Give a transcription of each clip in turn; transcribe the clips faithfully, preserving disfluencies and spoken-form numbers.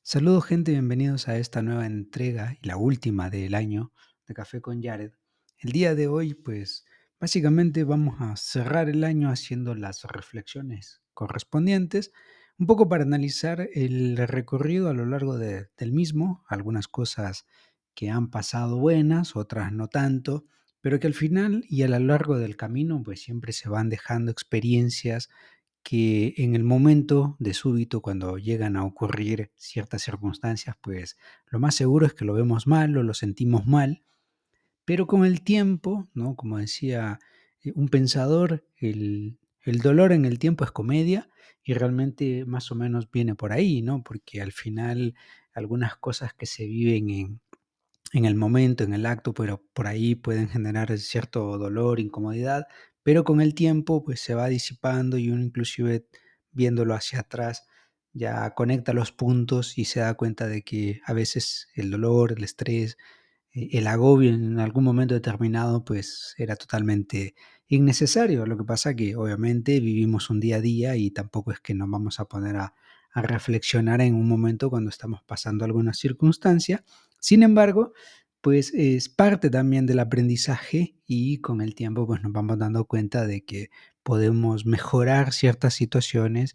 Saludos gente, bienvenidos a esta nueva entrega y la última del año de Café con Jared. El día de hoy, pues básicamente vamos a cerrar el año haciendo las reflexiones correspondientes, un poco para analizar el recorrido a lo largo de- del mismo, algunas cosas que han pasado buenas, otras no tanto, pero que al final y a lo largo del camino, pues siempre se van dejando experiencias que en el momento de súbito, cuando llegan a ocurrir ciertas circunstancias, pues lo más seguro es que lo vemos mal o lo sentimos mal, pero con el tiempo, ¿no? Como decía eh, un pensador, el, el dolor en el tiempo es comedia y realmente más o menos viene por ahí, ¿no? Porque al final algunas cosas que se viven en, en el momento, en el acto, pero por ahí pueden generar cierto dolor, incomodidad, pero con el tiempo pues se va disipando y uno inclusive viéndolo hacia atrás ya conecta los puntos y se da cuenta de que a veces el dolor, el estrés, eh, el agobio en algún momento determinado pues era totalmente innecesario. Lo que pasa que obviamente vivimos un día a día y tampoco es que nos vamos a poner a, a reflexionar en un momento cuando estamos pasando alguna circunstancia. Sin embargo, pues es parte también del aprendizaje y con el tiempo pues nos vamos dando cuenta de que podemos mejorar ciertas situaciones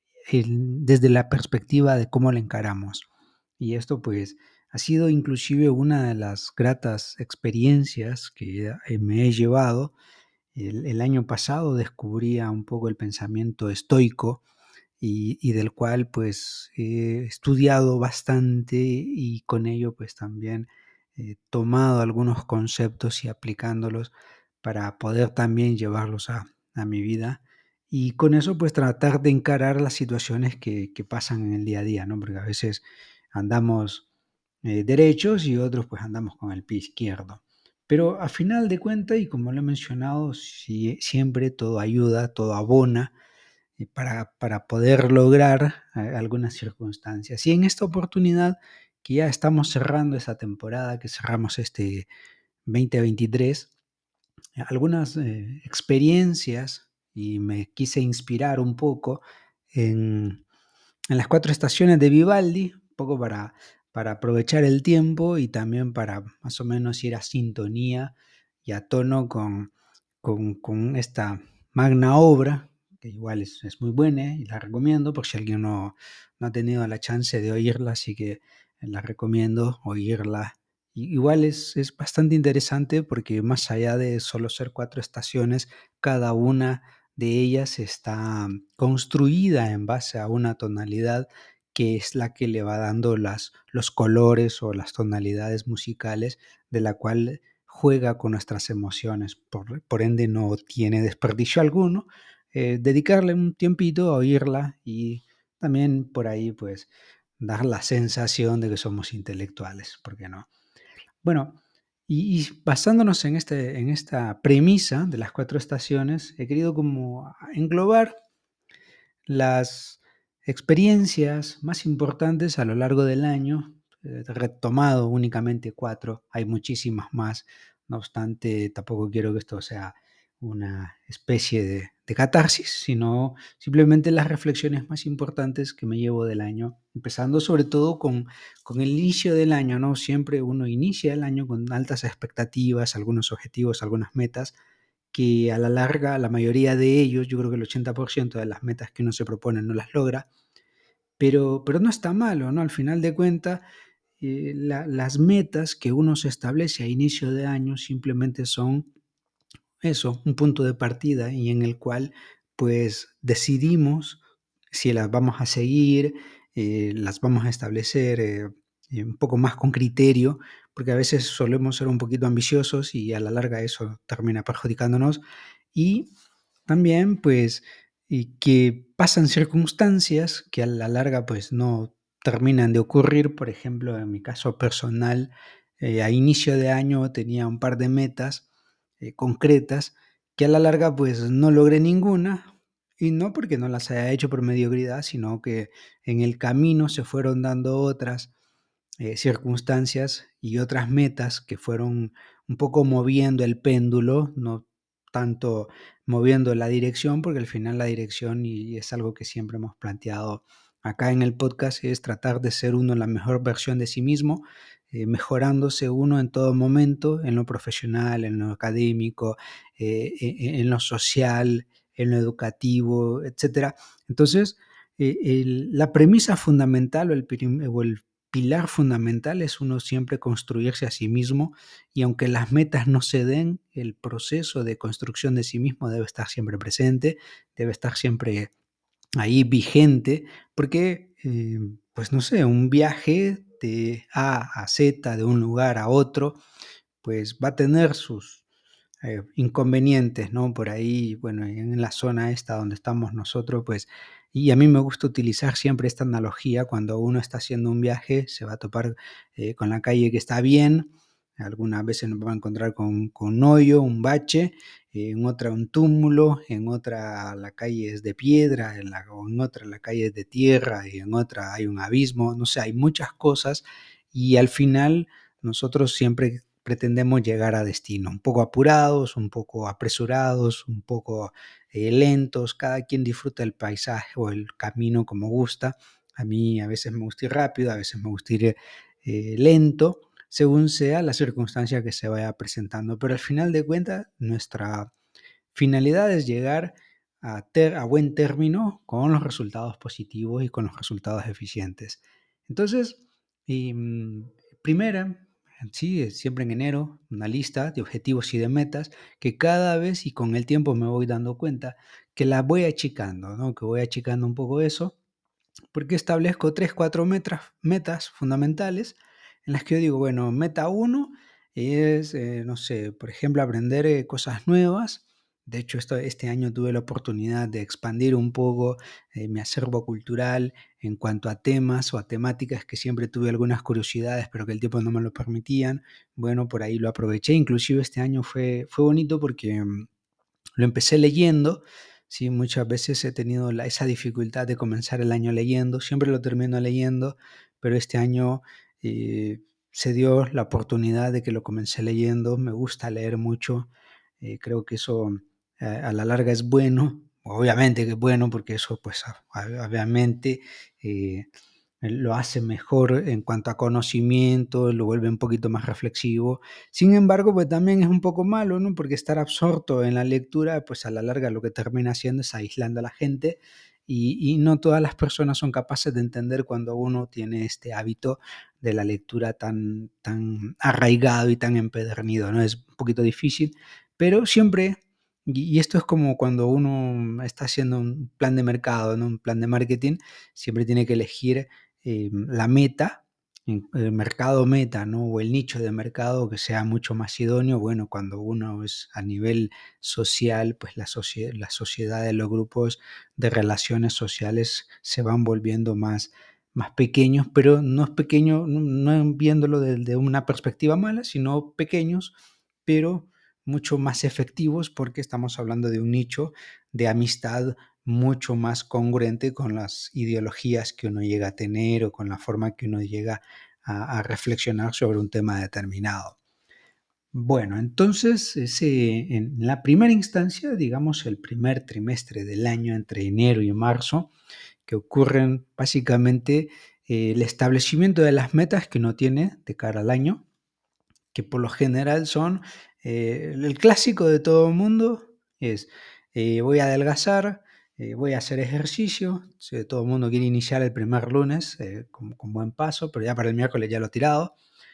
el- desde la perspectiva de cómo la encaramos. Y esto pues ha sido inclusive una de las gratas experiencias que eh, me he llevado. El, el año pasado descubría un poco el pensamiento estoico y, y del cual pues he estudiado bastante y con ello pues también he tomado algunos conceptos y aplicándolos para poder también llevarlos a, a mi vida y con eso pues tratar de encarar las situaciones que, que pasan en el día a día, ¿no? Porque a veces andamos eh, derechos y otros pues andamos con el pie izquierdo. Pero a final de cuentas, y como lo he mencionado, si- siempre todo ayuda, todo abona y para, para poder lograr eh, algunas circunstancias. Y en esta oportunidad, que ya estamos cerrando esa temporada, que cerramos este dos mil veintitrés, eh, algunas eh, experiencias y me quise inspirar un poco en, en las cuatro estaciones de Vivaldi, un poco para, para aprovechar el tiempo y también para más o menos ir a sintonía y a tono con, con, con esta magna obra, que igual es, es muy buena y la recomiendo por si alguien no, no ha tenido la chance de oírla, así que la recomiendo oírla. Y igual es, es bastante interesante porque más allá de solo ser cuatro estaciones, cada una de ellas está construida en base a una tonalidad que es la que le va dando las, los colores o las tonalidades musicales de la cual juega con nuestras emociones. Por, por ende, no tiene desperdicio alguno eh, dedicarle un tiempito a oírla y también por ahí, pues, dar la sensación de que somos intelectuales, ¿por qué no? Bueno, y, y basándonos en, este, en esta premisa de las cuatro estaciones, he querido como englobar las experiencias más importantes a lo largo del año. He retomado únicamente cuatro, hay muchísimas más, no obstante, tampoco quiero que esto sea una especie de, de catarsis, sino simplemente las reflexiones más importantes que me llevo del año, empezando sobre todo con, con el inicio del año, ¿no? Siempre uno inicia el año con altas expectativas, algunos objetivos, algunas metas, que a la larga la mayoría de ellos, yo creo que el ochenta por ciento de las metas que uno se propone no las logra, pero, pero no está malo, ¿no? Al final de cuentas, eh, la- las metas que uno se establece a inicio de año simplemente son eso, un punto de partida y en el cual pues decidimos si las vamos a seguir, eh, las vamos a establecer eh, eh, un poco más con criterio, porque a veces solemos ser un poquito ambiciosos y a la larga eso termina perjudicándonos. Y también pues y que pasan circunstancias que a la larga pues no terminan de ocurrir. Por ejemplo, en mi caso personal, eh, a inicio de año tenía un par de metas eh, concretas que a la larga pues no logré ninguna y no porque no las haya hecho por mediocridad, sino que en el camino se fueron dando otras eh, circunstancias y otras metas que fueron un poco moviendo el péndulo, no tanto moviendo la dirección, porque al final la dirección, y es algo que siempre hemos planteado acá en el podcast es tratar de ser uno la mejor versión de sí mismo, eh, mejorándose uno en todo momento, en lo profesional, en lo académico, eh, e- e- en lo social, en lo educativo, etcétera. Entonces, eh, el- la premisa fundamental o el, prim- o el pilar fundamental es uno siempre construirse a sí mismo, y aunque las metas no se den, el proceso de construcción de sí mismo debe estar siempre presente, debe estar siempre ahí vigente, porque, eh, pues no sé, un viaje de A a Z, de un lugar a otro, pues va a tener sus eh, inconvenientes, ¿no? Por ahí, bueno, en la zona esta donde estamos nosotros, pues, y a mí me gusta utilizar siempre esta analogía: cuando uno está haciendo un viaje, se va a topar eh, con la calle que está bien, algunas veces nos va a encontrar con, con un hoyo, un bache, en otra un túmulo, en otra la calle es de piedra, en, la, o en otra la calle es de tierra, y en otra hay un abismo, no sé, hay muchas cosas, y al final nosotros siempre pretendemos llegar a destino, un poco apurados, un poco apresurados, un poco eh, lentos, cada quien disfruta el paisaje o el camino como gusta. A mí a veces me gusta ir rápido, a veces me gusta ir eh, lento, según sea la circunstancia que se vaya presentando, pero al final de cuentas nuestra finalidad es llegar a, ter- a buen término con los resultados positivos y con los resultados eficientes. Entonces, y, mm, primera, sí, es siempre en enero, una lista de objetivos y de metas que cada vez y con el tiempo me voy dando cuenta que las voy achicando, ¿no? Que voy achicando un poco eso, porque establezco tres, cuatro metras, metas fundamentales en las que yo digo, bueno, meta uno es, eh, no sé, por ejemplo, aprender eh, cosas nuevas. De hecho, esto, este año tuve la oportunidad de expandir un poco eh, mi acervo cultural en cuanto a temas o a temáticas que siempre tuve algunas curiosidades, pero que el tiempo no me lo permitían. Bueno, por ahí lo aproveché. Inclusive este año fue, fue bonito porque mm, lo empecé leyendo, sí, muchas veces he tenido la esa dificultad de comenzar el año leyendo, siempre lo termino leyendo, pero este año, eh, se dio la oportunidad de que lo comencé leyendo. Me gusta leer mucho, eh, creo que eso, eh, a la larga es bueno, obviamente que es bueno, porque eso, pues, a a obviamente, eh, lo hace mejor en cuanto a conocimiento, lo vuelve un poquito más reflexivo. Sin embargo, pues también es un poco malo, ¿no? Porque estar absorto en la lectura, pues a la larga lo que termina haciendo es aislando a la gente, y, y no todas las personas son capaces de entender cuando uno tiene este hábito de la lectura tan, tan arraigado y tan empedernido, ¿no? Es un poquito difícil, pero siempre, y, y esto es como cuando uno está haciendo un plan de mercado, ¿no? Un plan de marketing, siempre tiene que elegir eh, la meta, en- el mercado meta, ¿no? O el nicho de mercado que sea mucho más idóneo. Bueno, cuando uno es a nivel social, pues la, socie- la sociedad de los grupos de relaciones sociales se van volviendo más, más pequeños, pero no es pequeño, no, no viéndolo desde una perspectiva mala, sino pequeños, pero mucho más efectivos, porque estamos hablando de un nicho de amistad mucho más congruente con las ideologías que uno llega a tener o con la forma que uno llega a, a reflexionar sobre un tema determinado. Bueno, entonces, ese, en la primera instancia, digamos el primer trimestre del año, entre enero y marzo, que ocurren básicamente eh, el establecimiento de las metas que uno tiene de cara al año, que por lo general son, eh, el clásico de todo el mundo es, eh, voy a adelgazar, eh, voy a hacer ejercicio. Sí, todo el mundo quiere iniciar el primer lunes eh, con, con buen paso, pero ya para el miércoles ya lo he tirado.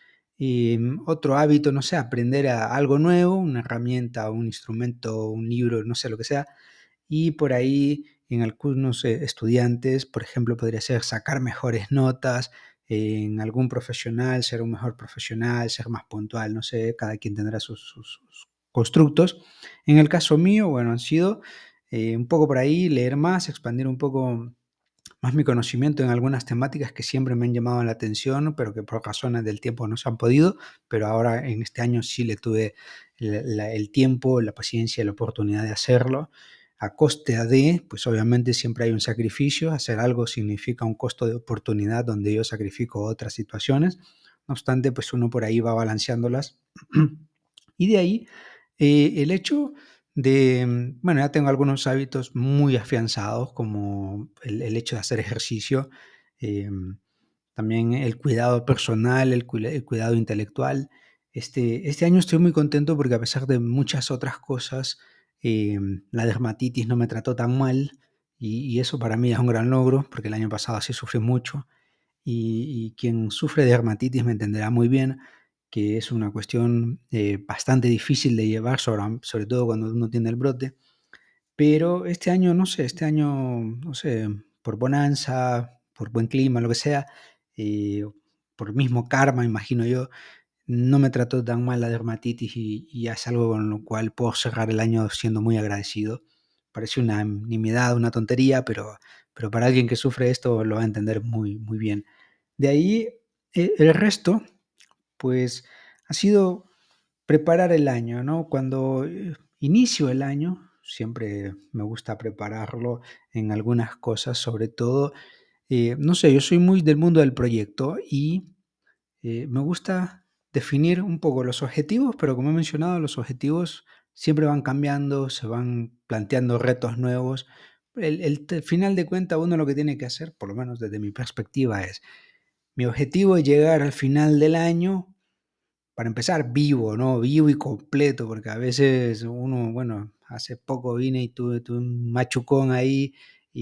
Y mm, otro hábito, no sé, aprender a algo nuevo, una herramienta, un instrumento, un libro, no sé lo que sea, y por ahí en algunos eh, estudiantes, por ejemplo, podría ser sacar mejores notas, en algún profesional, ser un mejor profesional, ser más puntual, no sé, cada quien tendrá sus, sus- sus constructos. En el caso mío, bueno, han sido eh, un poco por ahí, leer más, expandir un poco más mi conocimiento en algunas temáticas que siempre me han llamado la atención, pero que por razones del tiempo no se han podido, pero ahora en este año sí le tuve la- la- el tiempo, la paciencia y la oportunidad de hacerlo. A costa de, pues obviamente siempre hay un sacrificio, hacer algo significa un costo de oportunidad donde yo sacrifico otras situaciones. No obstante, pues uno por ahí va balanceándolas. Y de ahí, eh, el hecho De, mm, bueno, ya tengo algunos hábitos muy afianzados, como el el hecho de hacer ejercicio, em, también el cuidado personal, el cuila el cuidado intelectual. Este este año estoy muy contento porque a pesar de muchas otras cosas, em, la dermatitis no me trató tan mal, y y eso para mí es un gran logro, porque el año pasado sí sufrí mucho. Y y quien sufre de dermatitis me entenderá muy bien que es una cuestión, eh, bastante difícil de llevar, sobre sobre todo cuando uno tiene el brote. Pero este año, no sé, este año, no sé, por bonanza, por buen clima, lo que sea, eh, por mismo karma, imagino yo, no me trató tan mal la dermatitis y y es algo con lo cual puedo cerrar el año siendo muy agradecido. Parece una nimiedad, una tontería, pero pero para alguien que sufre esto lo va a entender muy, muy bien. De ahí, eh, el resto, pues, ha sido preparar el año, ¿no? Cuando, eh, inicio el año, siempre me gusta prepararlo en algunas cosas, sobre todo, eh, no sé, yo soy muy del mundo del proyecto y, eh, me gusta definir un poco los objetivos, pero como he mencionado, los objetivos siempre van cambiando, se van planteando retos nuevos. El el te final de cuentas, uno lo que tiene que hacer, por lo menos desde mi perspectiva, es: mi objetivo es llegar al final del año, para empezar, vivo, ¿no? Vivo y completo, porque a veces uno, bueno, hace poco vine y tuve, tuve un machucón ahí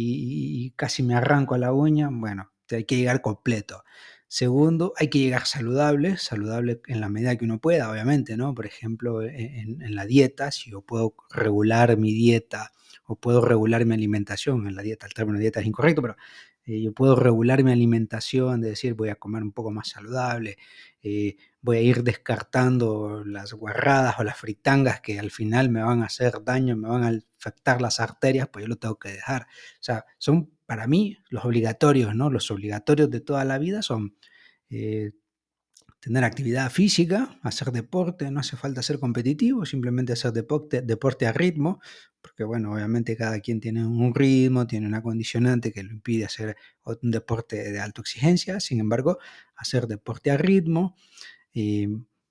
y, y casi me arranco la uña. Bueno, te- hay que llegar completo. Segundo, hay que llegar saludable, saludable en la medida que uno pueda, obviamente, ¿no? Por ejemplo, en, en- en la dieta, si yo puedo regular mi dieta o puedo regular mi alimentación, en la dieta, el término dieta es incorrecto, pero eh, yo puedo regular mi alimentación, de decir, voy a comer un poco más saludable, eh, voy a ir descartando las guarradas o las fritangas que al final me van a hacer daño, me van a afectar las arterias, pues yo lo tengo que dejar. O sea, son para mí los obligatorios, ¿no? Los obligatorios de toda la vida son eh, tener actividad física, hacer deporte, no hace falta ser competitivo, simplemente hacer deporte, deporte a ritmo, porque bueno, obviamente cada quien tiene un ritmo, tiene una condicionante que lo impide hacer un deporte de alta exigencia, sin embargo, hacer deporte a ritmo, eh,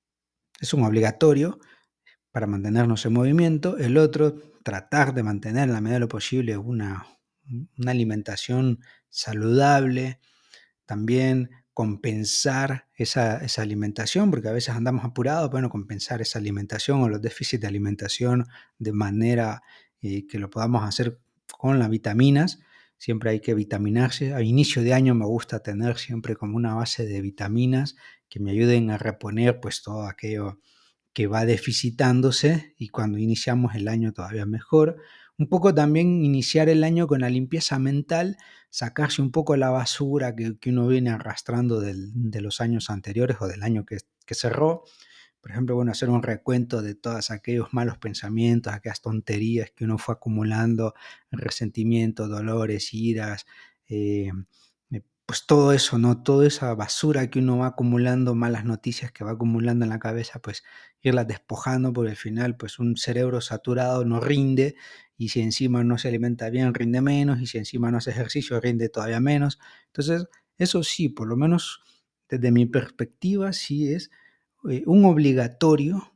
es un obligatorio para mantenernos en movimiento. El otro, tratar de mantener en la medida de lo posible una, una alimentación saludable, también compensar esa, esa alimentación, porque a veces andamos apurados, bueno, compensar esa alimentación o los déficits de alimentación de manera eh, que lo podamos hacer con las vitaminas. Siempre hay que vitaminarse. A inicio de año me gusta tener siempre como una base de vitaminas que me ayuden a reponer pues todo aquello que va deficitándose, y cuando iniciamos el año todavía mejor. Un poco también iniciar el año con la limpieza mental, sacarse un poco la basura que, que uno viene arrastrando del- de los años anteriores o del año que, que cerró. Por ejemplo, bueno, hacer un recuento de todos aquellos malos pensamientos, aquellas tonterías que uno fue acumulando, resentimientos, dolores, iras, eh, eh, pues todo eso, ¿no? Toda esa basura que uno va acumulando, malas noticias que va acumulando en la cabeza, pues irlas despojando, porque al final, pues un cerebro saturado no rinde, y si encima no se alimenta bien, rinde menos, y si encima no hace ejercicio, rinde todavía menos. Entonces, eso sí, por lo menos desde mi perspectiva, sí es eh, un obligatorio,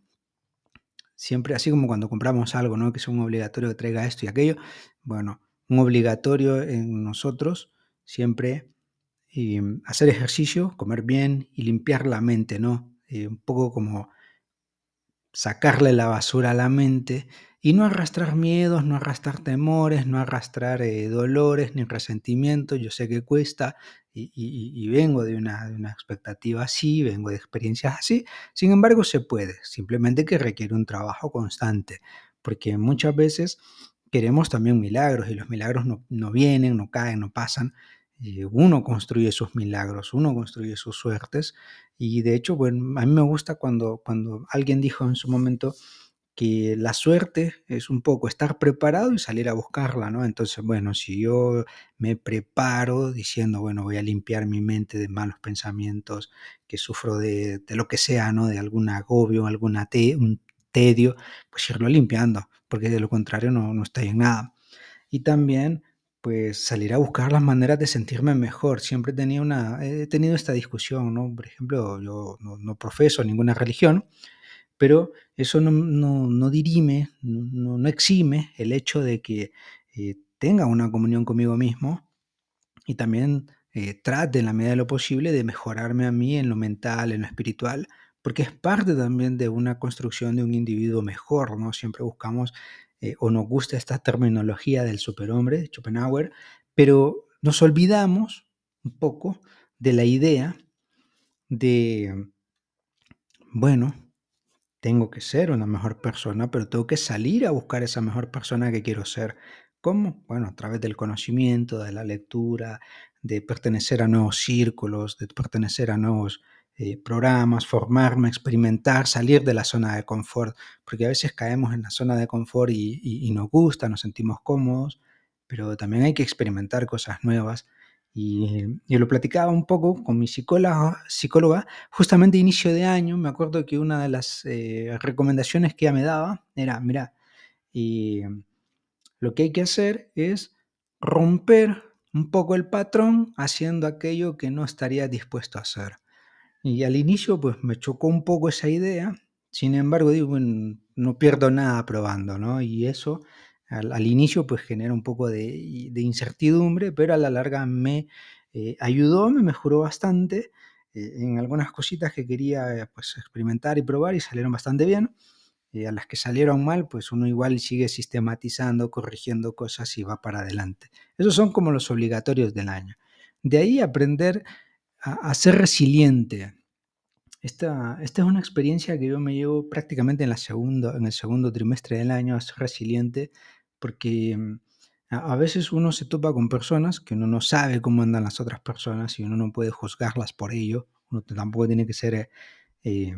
siempre así como cuando compramos algo, ¿no? Que es un obligatorio que traiga esto y aquello. Bueno, un obligatorio en nosotros siempre eh, hacer ejercicio, comer bien y limpiar la mente, ¿no? Eh, un poco como sacarle la basura a la mente y no arrastrar miedos, no arrastrar temores, no arrastrar eh, dolores ni resentimientos. Yo sé que cuesta y, y- y vengo de una, de una expectativa así, vengo de experiencias así. Sin embargo, se puede, simplemente que requiere un trabajo constante, porque muchas veces queremos también milagros y los milagros no, no vienen, no caen, no pasan. Y uno construye sus milagros, uno construye sus suertes, y de hecho, bueno, a mí me gusta cuando, cuando alguien dijo en su momento que la suerte es un poco estar preparado y salir a buscarla, ¿no? Entonces, bueno, si yo me preparo diciendo, bueno, voy a limpiar mi mente de malos pensamientos, que sufro de, de lo que sea, ¿no? De algún agobio, alguna te- un tedio, pues irlo limpiando, porque de lo contrario no, no estoy en nada. Y también, pues, salir a buscar las maneras de sentirme mejor. Siempre tenía una he tenido esta discusión, ¿no? Por ejemplo, yo no no profeso ninguna religión, pero eso no, no, no dirime, no, no exime el hecho de que eh, tenga una comunión conmigo mismo y también eh, trate en la medida de lo posible de mejorarme a mí en lo mental, en lo espiritual, porque es parte también de una construcción de un individuo mejor, ¿no? Siempre buscamos eh, o nos gusta esta terminología del superhombre de Schopenhauer, pero nos olvidamos un poco de la idea de, bueno, tengo que ser una mejor persona, pero tengo que salir a buscar esa mejor persona que quiero ser. ¿Cómo? Bueno, a través del conocimiento, de la lectura, de pertenecer a nuevos círculos, de pertenecer a nuevos eh, programas, formarme, experimentar, salir de la zona de confort, porque a veces caemos en la zona de confort y, y- y nos gusta, nos sentimos cómodos, pero también hay que experimentar cosas nuevas. Y, y lo platicaba un poco con mi psicóloga, psicóloga justamente a inicio de año. Me acuerdo que una de las eh, recomendaciones que ella me daba era, mira, y lo que hay que hacer es romper un poco el patrón haciendo aquello que no estaría dispuesto a hacer. Y al inicio, pues me chocó un poco esa idea, sin embargo, digo, bueno, no pierdo nada probando, ¿no? Y eso al, al inicio, pues genera un poco de, de incertidumbre, pero a la larga me eh, ayudó, me mejoró bastante eh, en algunas cositas que quería eh, pues experimentar y probar y salieron bastante bien. Y a las que salieron mal, pues uno igual sigue sistematizando, corrigiendo cosas y va para adelante. Esos son como los obligatorios del año. De ahí aprender a, a ser resiliente. Esta, esta es una experiencia que yo me llevo prácticamente en, la segundo, en el segundo trimestre del año, a ser resiliente, porque mm, a, a veces uno se topa con personas que uno no sabe cómo andan las otras personas y uno no puede juzgarlas por ello. Uno tampoco tiene que ser eh, eh,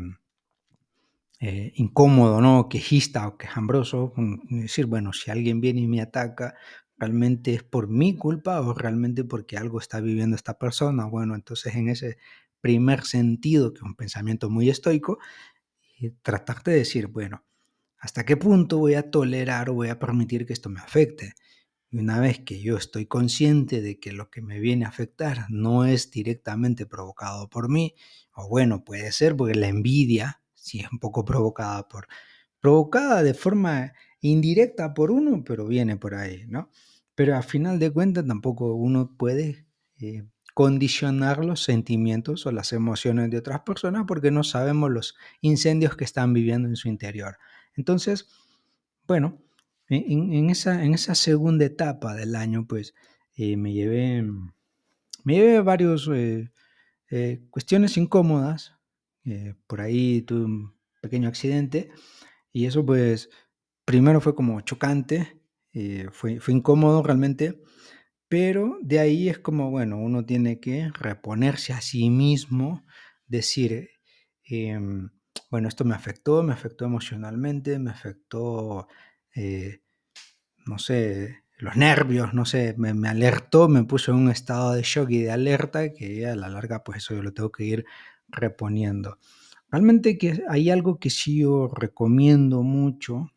eh, incómodo, ¿no? Quejista o quejambroso, mm, decir, bueno, si alguien viene y me ataca, ¿realmente es por mi culpa o realmente porque algo está viviendo esta persona? Bueno, entonces en ese primer sentido, que es un pensamiento muy estoico, y tratarte de decir, bueno, ¿hasta qué punto voy a tolerar o voy a permitir que esto me afecte? Y una vez que yo estoy consciente de que lo que me viene a afectar no es directamente provocado por mí, o bueno, puede ser porque la envidia, si es un poco provocada por, provocada de forma indirecta por uno, pero viene por ahí, ¿no? Pero a final de cuentas tampoco uno puede eh, condicionar los sentimientos o las emociones de otras personas porque no sabemos los incendios que están viviendo en su interior. Entonces, bueno, en, en esa, en esa segunda etapa del año, pues eh, me llevé, me llevé varios eh, eh, cuestiones incómodas. Eh, por ahí tuve un pequeño accidente y eso pues primero fue como chocante, eh, fue, fue incómodo realmente, pero de ahí es como, bueno, uno tiene que reponerse a sí mismo, decir, em, bueno, esto me afectó, me afectó emocionalmente, me afectó, eh, no sé, los nervios, no sé, me, me alertó, me puso en un estado de shock y de alerta que a la larga, pues eso yo lo tengo que ir reponiendo. Realmente que hay algo que sí yo recomiendo mucho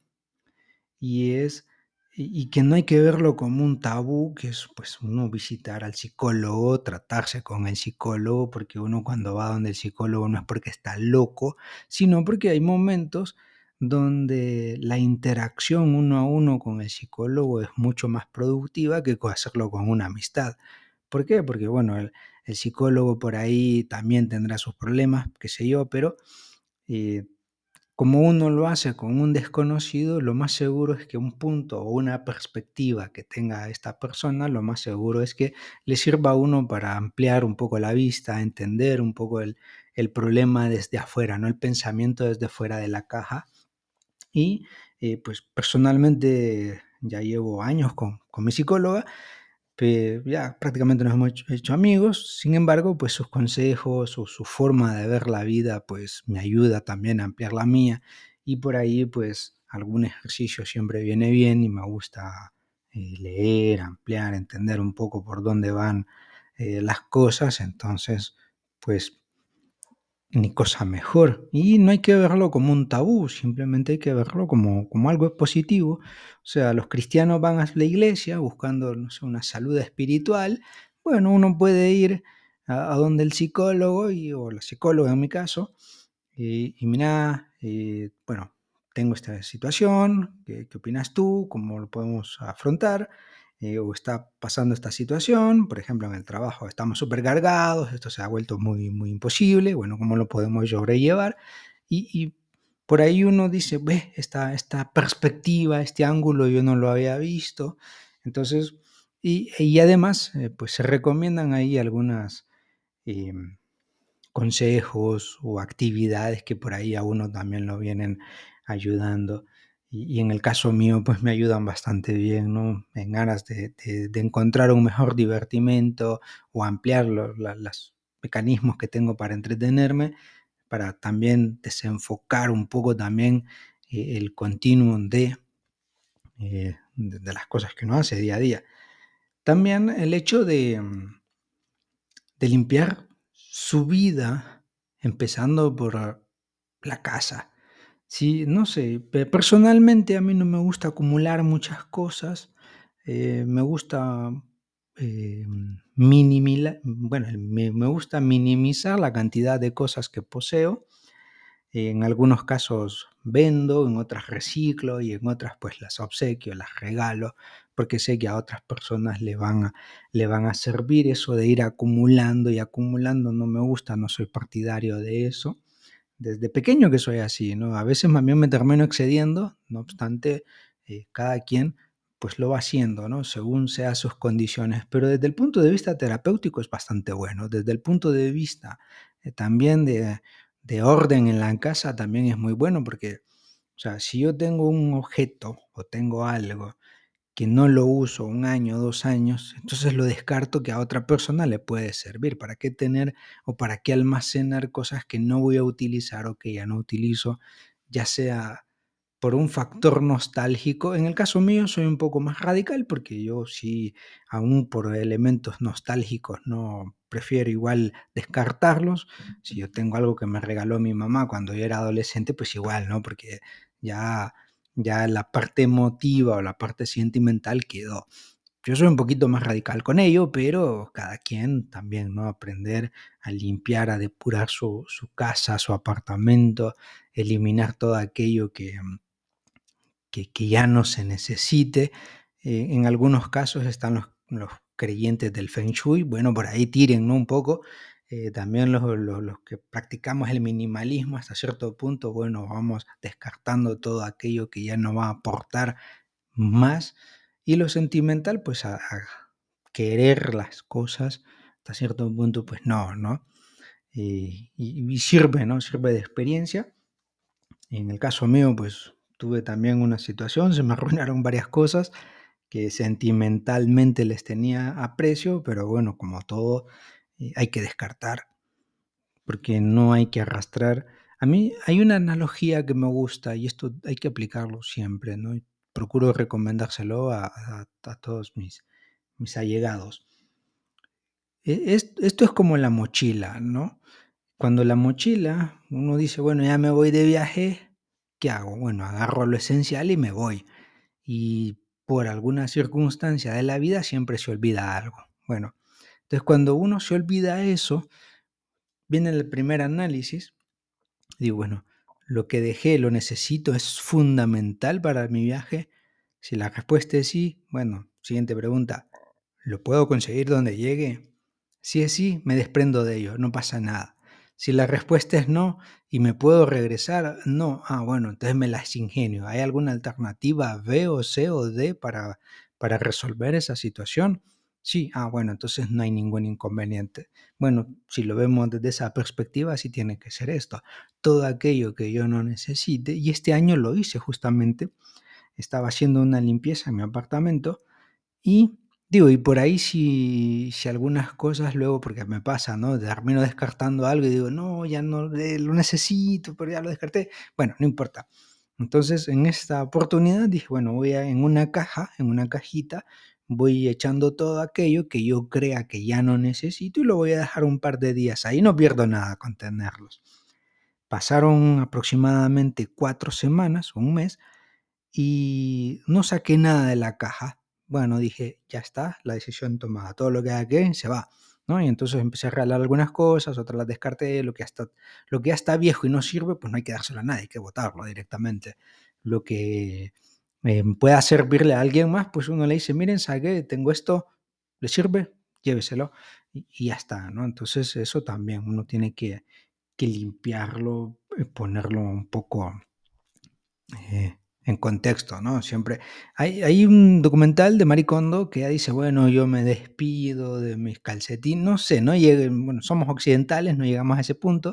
y es y y que no hay que verlo como un tabú, que es, pues, uno visitar al psicólogo, tratarse con el psicólogo, porque uno cuando va donde el psicólogo no es porque está loco, sino porque hay momentos donde la interacción uno a uno con el psicólogo es mucho más productiva que co hacerlo con una amistad. ¿Por qué? Porque, bueno, el el psicólogo por ahí también tendrá sus problemas, qué sé yo, pero, eh, como uno lo hace con un desconocido, lo más seguro es que un punto o una perspectiva que tenga esta persona, lo más seguro es que le sirva a uno para ampliar un poco la vista, entender un poco el, el problema desde afuera, ¿no? El pensamiento desde fuera de la caja. Y eh, pues personalmente ya llevo años con, con mi psicóloga, Pe ya prácticamente nos hemos hecho hecho amigos, sin embargo, pues sus consejos o su forma de ver la vida, pues me ayuda también a ampliar la mía y por ahí, pues algún ejercicio siempre viene bien y me gusta eh, leer, ampliar, entender un poco por dónde van eh, las cosas, entonces, pues ni cosa mejor. Y no hay que verlo como un tabú, simplemente hay que verlo como, como algo positivo. O sea, los cristianos van a la iglesia buscando, no sé, una salud espiritual. Bueno, uno puede ir a, a donde el psicólogo y, o la psicóloga en mi caso eh, y mira, eh, bueno, tengo esta situación, ¿qué, qué opinas tú? ¿Cómo lo podemos afrontar? Eh, o está pasando esta situación, por ejemplo, en el trabajo estamos súper cargados, esto se ha vuelto muy, muy imposible, bueno, ¿cómo lo podemos sobrellevar? Y, y por ahí uno dice, ve, esta, esta perspectiva, este ángulo yo no lo había visto. Entonces, y, y además, eh, pues se recomiendan ahí algunas... em, consejos o actividades que por ahí a uno también lo vienen ayudando. Y, y en el caso mío, pues me ayudan bastante bien, ¿no? En ganas de, de- de encontrar un mejor divertimento o ampliar lo- la- los mecanismos que tengo para entretenerme, para también desenfocar un poco también eh, el continuum de, eh, de, de las cosas que uno hace día a día. También el hecho de, mm, de limpiar su vida, empezando por la casa. Sí, no sé, pe- personalmente a mí no me gusta acumular muchas cosas, eh, me gusta eh, minimila- bueno, me, me gusta minimizar la cantidad de cosas que poseo. En algunos casos vendo, en otras reciclo y en otras pues las obsequio, las regalo, porque sé que a otras personas le van a, le van a servir. Eso de ir acumulando y acumulando no me gusta, no soy partidario de eso. Desde pequeño que soy así, ¿no? A veces más bien me termino excediendo, no obstante, eh, cada quien pues lo va haciendo, ¿no? Según sea sus condiciones. Pero desde el punto de vista terapéutico es bastante bueno. Desde el punto de vista eh, también de, de orden en la casa también es muy bueno porque, o sea, si yo tengo un objeto o tengo algo que no lo uso un año, dos años, entonces lo descarto que a otra persona le puede servir. ¿Para qué tener o para qué almacenar cosas que no voy a utilizar o que ya no utilizo, ya sea por un factor nostálgico? En el caso mío soy un poco más radical porque yo sí, aún por elementos nostálgicos, no prefiero igual descartarlos. Si yo tengo algo que me regaló mi mamá cuando yo era adolescente, pues igual, ¿no? Porque ya, ya la parte emotiva o la parte sentimental quedó. Yo soy un poquito más radical con ello, pero cada quien también, ¿no? Aprender a limpiar, a depurar su, su casa, su apartamento, eliminar todo aquello que, que, que ya no se necesite. Eh, en algunos casos están los, los creyentes del Feng Shui, bueno, por ahí tiren, ¿no? Un poco. Eh, también los, los, los que practicamos el minimalismo hasta cierto punto, bueno, vamos descartando todo aquello que ya no va a aportar más. Y lo sentimental, pues a, a querer las cosas hasta cierto punto, pues no, ¿no? Eh, y, y sirve, ¿no? Sirve de experiencia. En el caso mío, pues tuve también una situación, se me arruinaron varias cosas que sentimentalmente les tenía aprecio, pero bueno, como todo, eh, hay que descartar porque no hay que arrastrar. A mí hay una analogía que me gusta y esto hay que aplicarlo siempre, ¿no? Y procuro recomendárselo a, a- a todos mis, mis allegados. E- es- Esto es como la mochila, ¿no? Cuando la mochila, uno dice, bueno, ya me voy de viaje, ¿qué hago? Bueno, agarro lo esencial y me voy. Y por alguna circunstancia de la vida siempre se olvida algo. Bueno, entonces cuando uno se olvida eso, viene el primer análisis. Digo, bueno, lo que dejé, lo necesito, es fundamental para mi viaje. Si la respuesta es sí, bueno, siguiente pregunta, ¿lo puedo conseguir donde llegue? Si es sí, me desprendo de ello, no pasa nada. Si la respuesta es no y me puedo regresar, no, ah, bueno, entonces me las ingenio. ¿Hay alguna alternativa B o C o D para, para resolver esa situación? Sí, ah, bueno, entonces no hay ningún inconveniente. Bueno, si lo vemos desde esa perspectiva, sí tiene que ser esto. Todo aquello que yo no necesite, y este año lo hice justamente, estaba haciendo una limpieza en mi apartamento y digo, y por ahí si, si algunas cosas luego, porque me pasa, ¿no? Termino descartando algo y digo, no, ya no eh, lo necesito, pero ya lo descarté. Bueno, no importa. Entonces, en esta oportunidad dije, bueno, voy a, en una caja, en una cajita, voy echando todo aquello que yo crea que ya no necesito y lo voy a dejar un par de días ahí. No pierdo nada con tenerlos. Pasaron aproximadamente cuatro semanas, un mes, y no saqué nada de la caja. Bueno, dije, ya está, la decisión tomada, todo lo que hay aquí se va. ¿no? Y entonces empecé a regalar algunas cosas, otras las descarté, lo que ya está, lo que ya está viejo y no sirve, pues no hay que dárselo a nadie, hay que botarlo directamente. Lo que eh, pueda servirle a alguien más, pues uno le dice, miren, ¿sabe qué? Tengo esto, ¿le sirve? Lléveselo y, y ya está, ¿no? Entonces eso también uno tiene que, que limpiarlo, eh, ponerlo un poco eh, en contexto, ¿no? Siempre hay, hay un documental de Marie Kondo que ella dice, bueno, yo me despido de mis calcetines, no sé, no lleguen, bueno, somos occidentales, no llegamos a ese punto,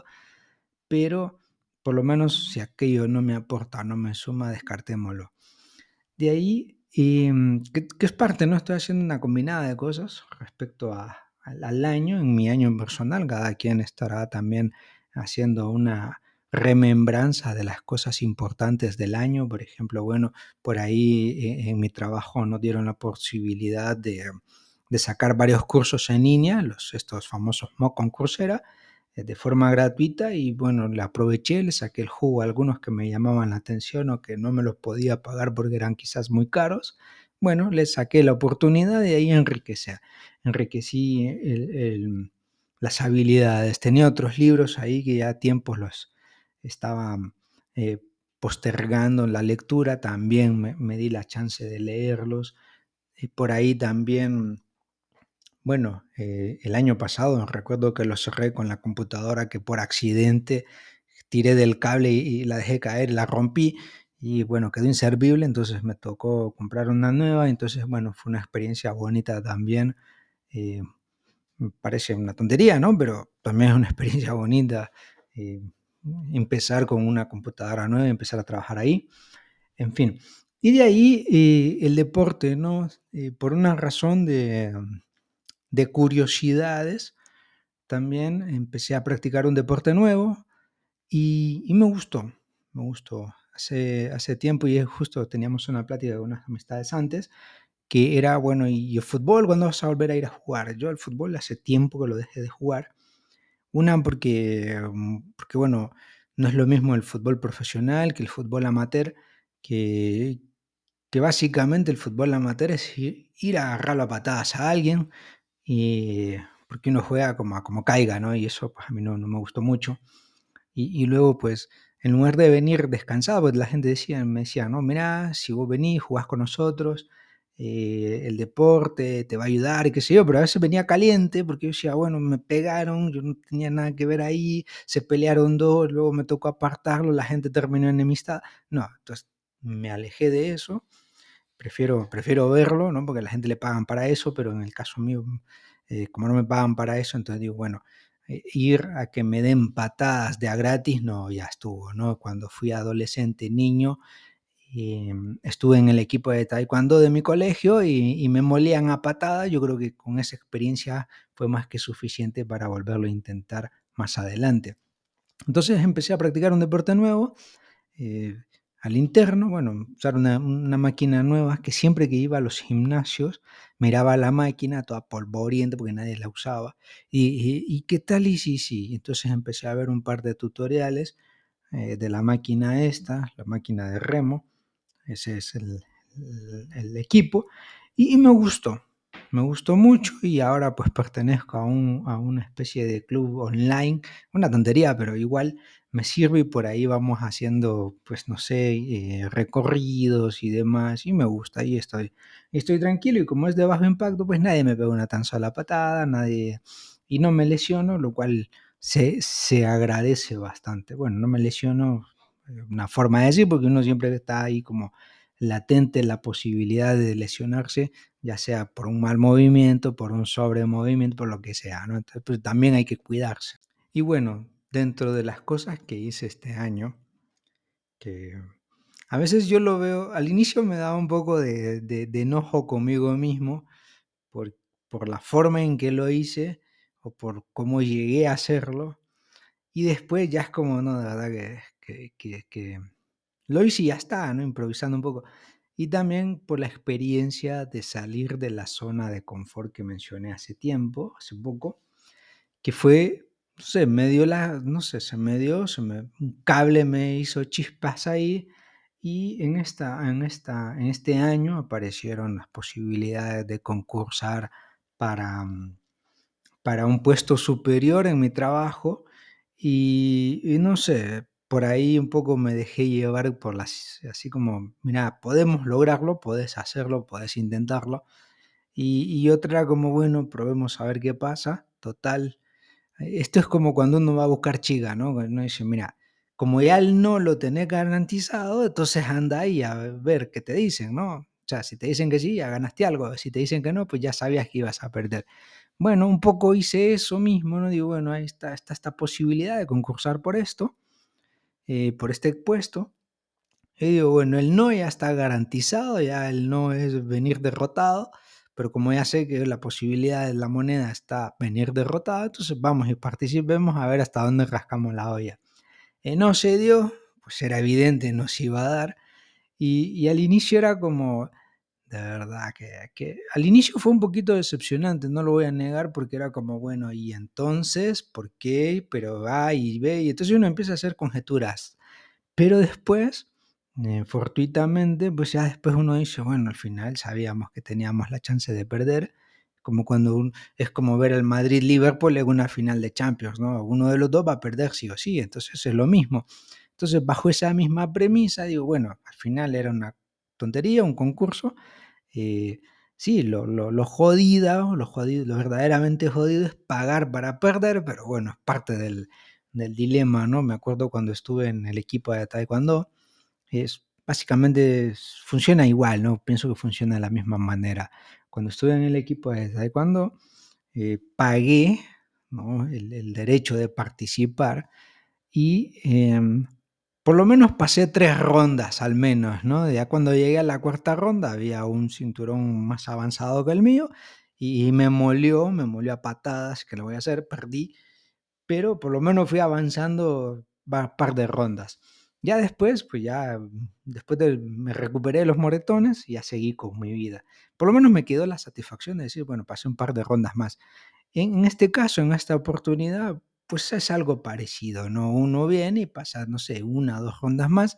pero por lo menos si aquello no me aporta, no me suma, descartémoslo. De ahí, em, que, que es parte, ¿no? Estoy haciendo una combinada de cosas respecto a, al, al año, en mi año personal, cada quien estará también haciendo una remembranza de las cosas importantes del año. Por ejemplo, bueno, por ahí eh, en mi trabajo nos dieron la posibilidad de, de sacar varios cursos en línea, los, estos famosos MOOC con Coursera, eh, de forma gratuita y bueno, le aproveché, le saqué el jugo a algunos que me llamaban la atención o que no me los podía pagar porque eran quizás muy caros. Bueno, le saqué la oportunidad y ahí enriquecer, enriquecí el, el, las habilidades. Tenía otros libros ahí que ya tiempos los estaba eh, postergando la lectura, también me, me, di la chance de leerlos. Y por ahí también bueno, eh, el año pasado recuerdo que lo cerré con la computadora que por accidente tiré del cable y, y la dejé caer, la rompí y bueno, quedó inservible, entonces me tocó comprar una nueva, entonces bueno, fue una experiencia bonita también. eh, Me parece una tontería, ¿no? Pero también es una experiencia bonita eh, empezar con una computadora nueva y empezar a trabajar ahí, en fin. Y de ahí eh, el deporte, ¿no? Eh, por una razón de de curiosidades, también empecé a practicar un deporte nuevo y, y me gustó, me gustó. Hace, hace tiempo y justo teníamos una plática con unas amistades antes, que era, bueno, ¿y el fútbol cuándo vas a volver a ir a jugar? Yo el fútbol hace tiempo que lo dejé de jugar. Una porque, mm, porque bueno, no es lo mismo el fútbol profesional que el fútbol amateur, que, que básicamente el fútbol amateur es ir, ir a agarrarlo a patadas a alguien, y porque uno juega como, como caiga, ¿no? Y eso pues a mí no, no me gustó mucho. Y, y luego pues en lugar de venir descansado, pues la gente decía, me decía, no, mira, si vos venís, jugás con nosotros, eh, el deporte te va a ayudar y qué sé yo, pero a veces venía caliente porque yo decía, bueno, me pegaron, yo no tenía nada que ver ahí, se pelearon dos, luego me tocó apartarlo, la gente terminó en enemistad. No, entonces me alejé de eso. Prefiero, prefiero verlo, ¿no? Porque a la gente le pagan para eso, pero en el caso mío, eh, como no me pagan para eso, entonces digo, bueno, eh, ir a que me den patadas de a gratis, no, ya estuvo, ¿no? Cuando fui adolescente, niño, eh, estuve en el equipo de taekwondo de mi colegio y, y me molían a patadas. Yo creo que con esa experiencia fue más que suficiente para volverlo a intentar más adelante. Entonces empecé a practicar un deporte nuevo, eh, al interno, bueno, usar una, una máquina nueva que siempre que iba a los gimnasios miraba la máquina toda polvorienta porque nadie la usaba. ¿Y, y, y qué tal? Y sí, sí. Entonces empecé a ver un par de tutoriales eh, de la máquina esta, la máquina de remo, ese es el, el, el equipo, y, y me gustó, me gustó mucho y ahora pues pertenezco a, un, a una especie de club online, una tontería, pero igual me sirve y por ahí vamos haciendo, pues no sé, eh, recorridos y demás, y me gusta, y estoy, estoy tranquilo y como es de bajo impacto, pues nadie me pega una tan sola patada, nadie, y no me lesiono, lo cual se, se agradece bastante. Bueno, no me lesiono, eh, una forma de decir, porque uno siempre está ahí como latente la posibilidad de lesionarse, ya sea por un mal movimiento, por un sobremovimiento, por lo que sea, ¿no? Entonces, pues también hay que cuidarse. Y bueno, dentro de las cosas que hice este año, que a veces yo lo veo, al inicio me daba un poco de, de, de enojo conmigo mismo por, por la forma en que lo hice o por cómo llegué a hacerlo, y después ya es como, no, de verdad que, que, que, que lo hice y ya está, ¿no? Improvisando un poco. Y también por la experiencia de salir de la zona de confort que mencioné hace tiempo, hace poco, que fue, no sé, me dio la, no sé, se me dio, se me, un cable me hizo chispas ahí y en, esta, en, esta, en este año aparecieron las posibilidades de concursar para, mm, para un puesto superior en mi trabajo y, y no sé, por ahí un poco me dejé llevar por las, así como, mira, podemos lograrlo, podés hacerlo, podés intentarlo. Y, y otra era como, bueno, probemos a ver qué pasa. Total, esto es como cuando uno va a buscar chica, ¿no? Cuando uno dice, mira, como ya el no lo tenés garantizado, entonces anda ahí a ver qué te dicen, ¿no? O sea, si te dicen que sí, ya ganaste algo. Si te dicen que no, pues ya sabías que ibas a perder. Bueno, un poco hice eso mismo, ¿no? Digo, bueno, ahí está, está esta posibilidad de concursar por esto, eh, por este puesto. Y digo, bueno, el no ya está garantizado, ya el no es venir derrotado, pero como ya sé que la posibilidad de la moneda está venir derrotado, entonces vamos y participemos a ver hasta dónde rascamos la olla. Eh, no se dio, pues era evidente, no se iba a dar. Y, y al inicio era como, de verdad, que, que al inicio fue un poquito decepcionante, no lo voy a negar, porque era como, bueno, y entonces, ¿por qué? Pero va y ve, y entonces uno empieza a hacer conjeturas. Pero después, eh, fortuitamente, pues ya después uno dice, bueno, al final sabíamos que teníamos la chance de perder, como cuando un- es como ver el Madrid-Liverpool en una final de Champions, ¿no? Uno de los dos va a perder sí o sí, entonces es lo mismo. Entonces, bajo esa misma premisa, digo, bueno, al final era una tontería, un concurso. eh, sí, lo, lo, lo jodido, lo jodido, lo verdaderamente jodido es pagar para perder, pero bueno, es parte del, del dilema, ¿no? Me acuerdo cuando estuve en el equipo de taekwondo, es básicamente es- funciona igual, ¿no? Pienso que funciona de la misma manera. Cuando estuve en el equipo de taekwondo, eh, pagué, ¿no? el, el derecho de participar y em, por lo menos pasé tres rondas al menos, ¿no? Ya cuando llegué a la cuarta ronda había un cinturón más avanzado que el mío y me molió, me molió a patadas, que lo voy a hacer, perdí, pero por lo menos fui avanzando un par de rondas. Ya después, pues ya, mm, después de, me recuperé de los moretones y ya seguí con mi vida. Por lo menos me quedó la satisfacción de decir, bueno, pasé un par de rondas más. En, en este caso, en esta oportunidad, pues es algo parecido, ¿no? Uno viene y pasa, no sé, una o dos rondas más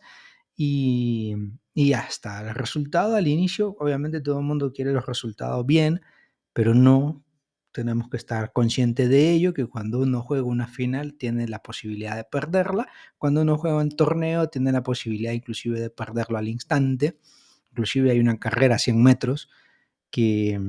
y, y ya está. El resultado al inicio, obviamente todo el mundo quiere los resultados bien, pero no tenemos que estar conscientes de ello, que cuando uno juega una final tiene la posibilidad de perderla, cuando uno juega un torneo tiene la posibilidad inclusive de perderlo al instante, inclusive hay una carrera a cien metros que,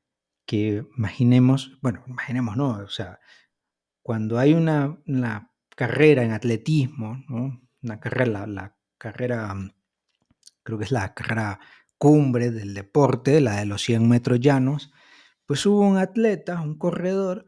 que imaginemos, bueno, imaginemos, no, o sea, cuando hay una, una carrera en atletismo, ¿no? Una carrera, la, la carrera creo que es la carrera cumbre del deporte, la de los cien metros llanos, pues hubo un atleta, un corredor,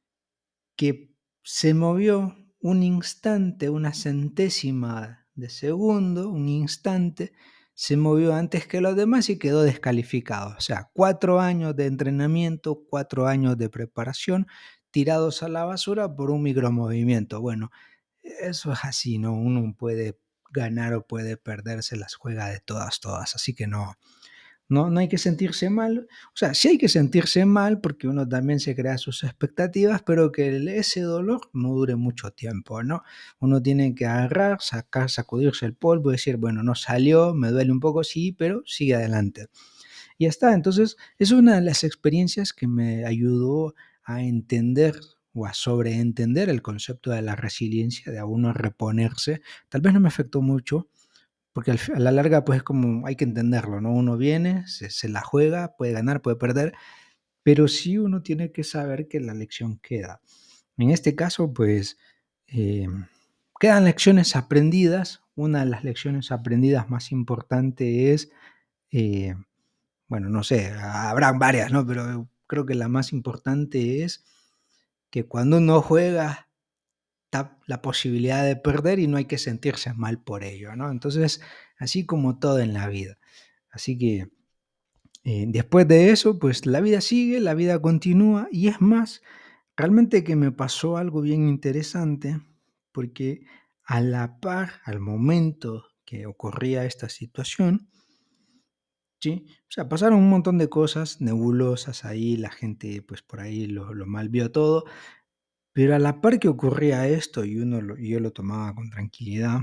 que se movió un instante, una centésima de segundo, un instante, se movió antes que los demás y quedó descalificado. O sea, cuatro años de entrenamiento, cuatro años de preparación, tirados a la basura por un micromovimiento. Bueno, eso es así, ¿no? Uno puede ganar o puede perder, se las juega de todas, todas. Así que no, no, no hay que sentirse mal. O sea, sí hay que sentirse mal porque uno también se crea sus expectativas, pero que el- ese dolor no dure mucho tiempo, ¿no? Uno tiene que agarrar, sacar, sacudirse el polvo y decir, bueno, no salió, me duele un poco, sí, pero sigue adelante. Y ya está. Entonces, es una de las experiencias que me ayudó a entender o a sobreentender el concepto de la resiliencia, de a uno reponerse. Tal vez no me afectó mucho, porque al fi- a la larga, pues es como hay que entenderlo, ¿no? Uno viene, se, se la juega, puede ganar, puede perder, pero sí uno tiene que saber que la lección queda. En este caso, pues eh, quedan lecciones aprendidas. Una de las lecciones aprendidas más importantes es eh, bueno, no sé, habrán varias, ¿no? Pero creo que la más importante es que cuando uno juega está la posibilidad de perder y no hay que sentirse mal por ello, ¿no? Entonces, así como todo en la vida. Así que eh, después de eso, pues la vida sigue, la vida continúa y es más, realmente que me pasó algo bien interesante porque a la par, al momento que ocurría esta situación, sí, o sea, pasaron un montón de cosas nebulosas ahí, la gente pues por ahí lo, lo mal vio todo, pero a la par que ocurría esto y uno lo- y yo lo tomaba con tranquilidad,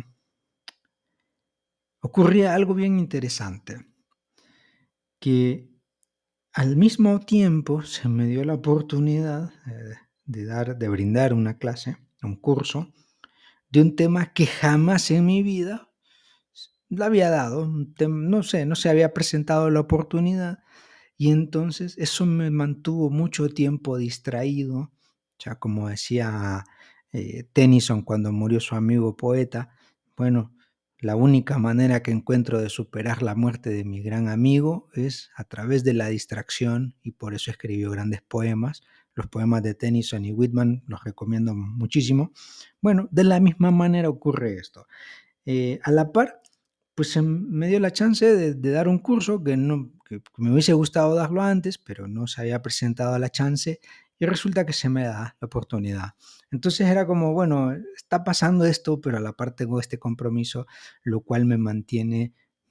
ocurría algo bien interesante, que al mismo tiempo se me dio la oportunidad, eh, de dar, de brindar una clase, un curso, de un tema que jamás en mi vida lo había dado, un tem no sé, no se había presentado la oportunidad, y entonces eso me mantuvo mucho tiempo distraído. O sea, como decía, eh, Tennyson cuando murió su amigo poeta, bueno, la única manera que encuentro de superar la muerte de mi gran amigo es a través de la distracción, y por eso escribió grandes poemas. Los poemas de Tennyson y Whitman los recomiendo muchísimo. Bueno, de la misma manera ocurre esto. Eh, a la par, pues em, me dio la chance de, de dar un curso que, no, que me hubiese gustado darlo antes, pero no se había presentado la chance, y resulta que se me da la oportunidad. Entonces era como, bueno, está pasando esto, pero a la par tengo este compromiso, lo cual me mantiene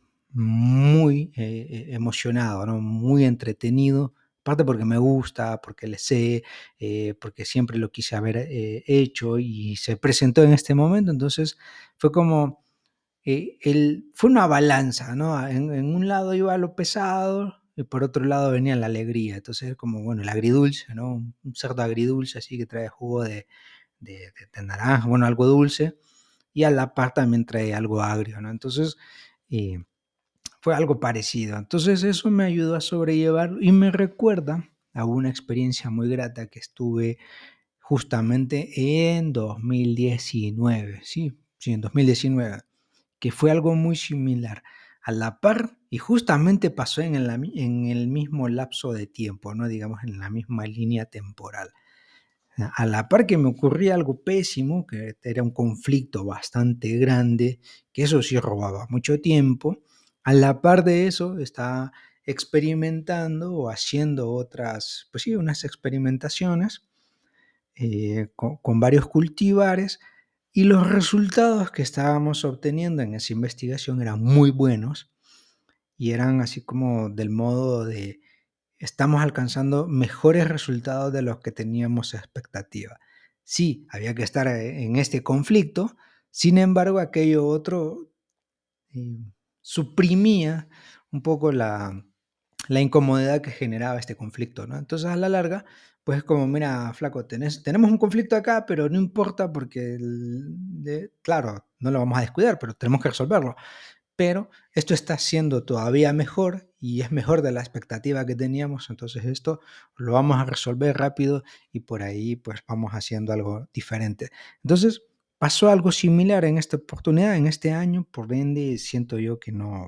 muy eh, eh, emocionado, ¿no? Muy entretenido, aparte porque me gusta, porque le sé, eh, porque siempre lo quise haber eh, hecho y se presentó en este momento. Entonces fue como eh, el, fue una balanza, ¿no? En, en un lado iba lo pesado y por otro lado venía la alegría. Entonces, como, bueno, el agridulce, ¿no? Un, un cerdo agridulce así que trae jugo de, de, de- de naranja, bueno, algo dulce, y a la par también trae algo agrio, ¿no? Entonces, eh, fue algo parecido. Entonces, eso me ayudó a sobrellevar y me recuerda a una experiencia muy grata que estuve justamente en dos mil diecinueve, sí, sí, en dos mil diecinueve, que fue algo muy similar, a la par, y justamente pasó en el, en el mismo lapso de tiempo, ¿no? Digamos, en la misma línea temporal. A la par que me ocurría algo pésimo, que era un conflicto bastante grande, que eso sí robaba mucho tiempo, a la par de eso estaba experimentando o haciendo otras, pues sí, unas experimentaciones eh, con, con varios cultivares, y los resultados que estábamos obteniendo en esa investigación eran muy buenos, y eran así como del modo de estamos alcanzando mejores resultados de los que teníamos expectativa. Sí, había que estar eh, en este conflicto, sin embargo, aquello otro eh, suprimía un poco la, la incomodidad que generaba este conflicto, ¿no? Entonces, a la larga, pues es como, mira, flaco, tenés, tenemos un conflicto acá, pero no importa porque, el- de- claro, no lo vamos a descuidar, pero tenemos que resolverlo. Pero esto está siendo todavía mejor y es mejor de la expectativa que teníamos, entonces esto lo vamos a resolver rápido y por ahí pues vamos haciendo algo diferente. Entonces pasó algo similar en esta oportunidad, en este año, por ende siento yo que no,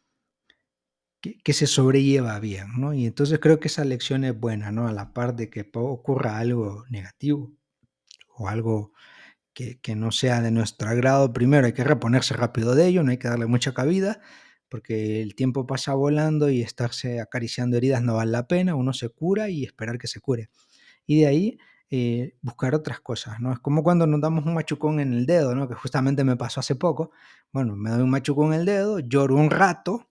que, que se sobrelleva bien, ¿no? Y entonces creo que esa lección es buena, ¿no? A la par de que po- ocurra algo negativo o algo que, que no sea de nuestro agrado, primero hay que reponerse rápido de ello, no hay que darle mucha cabida, porque el tiempo pasa volando y estarse acariciando heridas no vale la pena, uno se cura y esperar que se cure. Y de ahí eh, buscar otras cosas, ¿no? Es como cuando nos damos un machucón en el dedo, ¿no? Que justamente me pasó hace poco. Bueno, me doy un machucón en el dedo, lloro un rato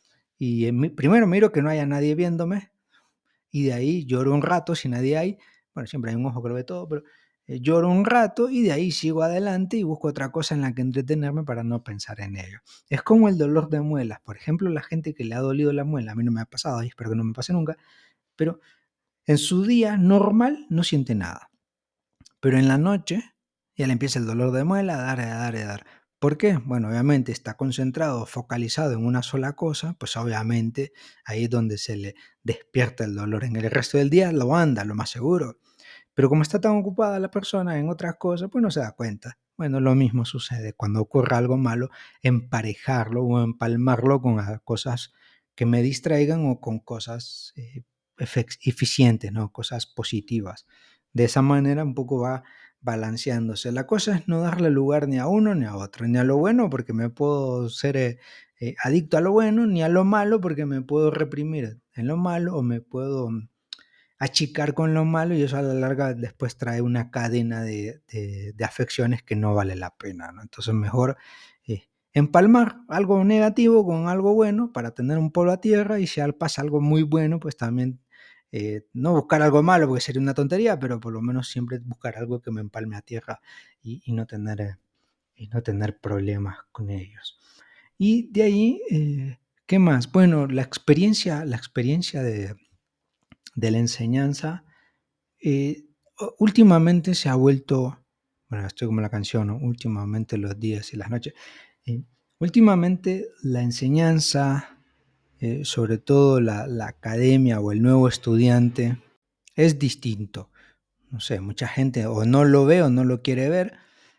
y en mi- primero miro que no haya nadie viéndome, y de ahí lloro un rato si nadie hay, bueno, siempre hay un ojo que lo ve todo, pero eh, lloro un rato y de ahí sigo adelante y busco otra cosa en la que entretenerme para no pensar en ello. Es como el dolor de muelas, por ejemplo, la gente que le ha dolido la muela, a mí no me ha pasado y espero que no me pase nunca, pero en su día normal no siente nada. Pero en la noche ya le empieza el dolor de muela a dar, a dar, a dar. ¿Por qué? Bueno, obviamente está concentrado, focalizado en una sola cosa, pues obviamente ahí es donde se le despierta el dolor. En el resto del día lo anda, lo más seguro. Pero como está tan ocupada la persona en otras cosas, pues no se da cuenta. Bueno, lo mismo sucede cuando ocurre algo malo, emparejarlo o empalmarlo con ah, cosas que me distraigan o con cosas eh, efec- eficientes, ¿no? Cosas positivas. De esa manera un poco va balanceándose. La cosa es no darle lugar ni a uno ni a otro, ni a lo bueno porque me puedo ser eh, eh, adicto a lo bueno, ni a lo malo porque me puedo reprimir en lo malo o me puedo mm, achicar con lo malo, y eso a la larga después trae una cadena de, de- de afecciones que no vale la pena, ¿no? Entonces mejor eh, empalmar algo negativo con algo bueno para tener un polo a tierra, y si al pasa algo muy bueno, pues también eh, no buscar algo malo porque sería una tontería, pero por lo menos siempre buscar algo que me empalme a tierra y, y no tener, eh, y no tener problemas con ellos. Y de ahí, eh, ¿qué más? Bueno, la experiencia, la experiencia de, de la enseñanza, eh, U- Últimamente se ha vuelto, bueno, estoy como la canción, ¿no? Últimamente los días y las noches. Eh, Últimamente la enseñanza, eh, sobre todo la, la academia o el nuevo estudiante, es distinto. No sé, mucha gente o no lo ve o no lo quiere ver,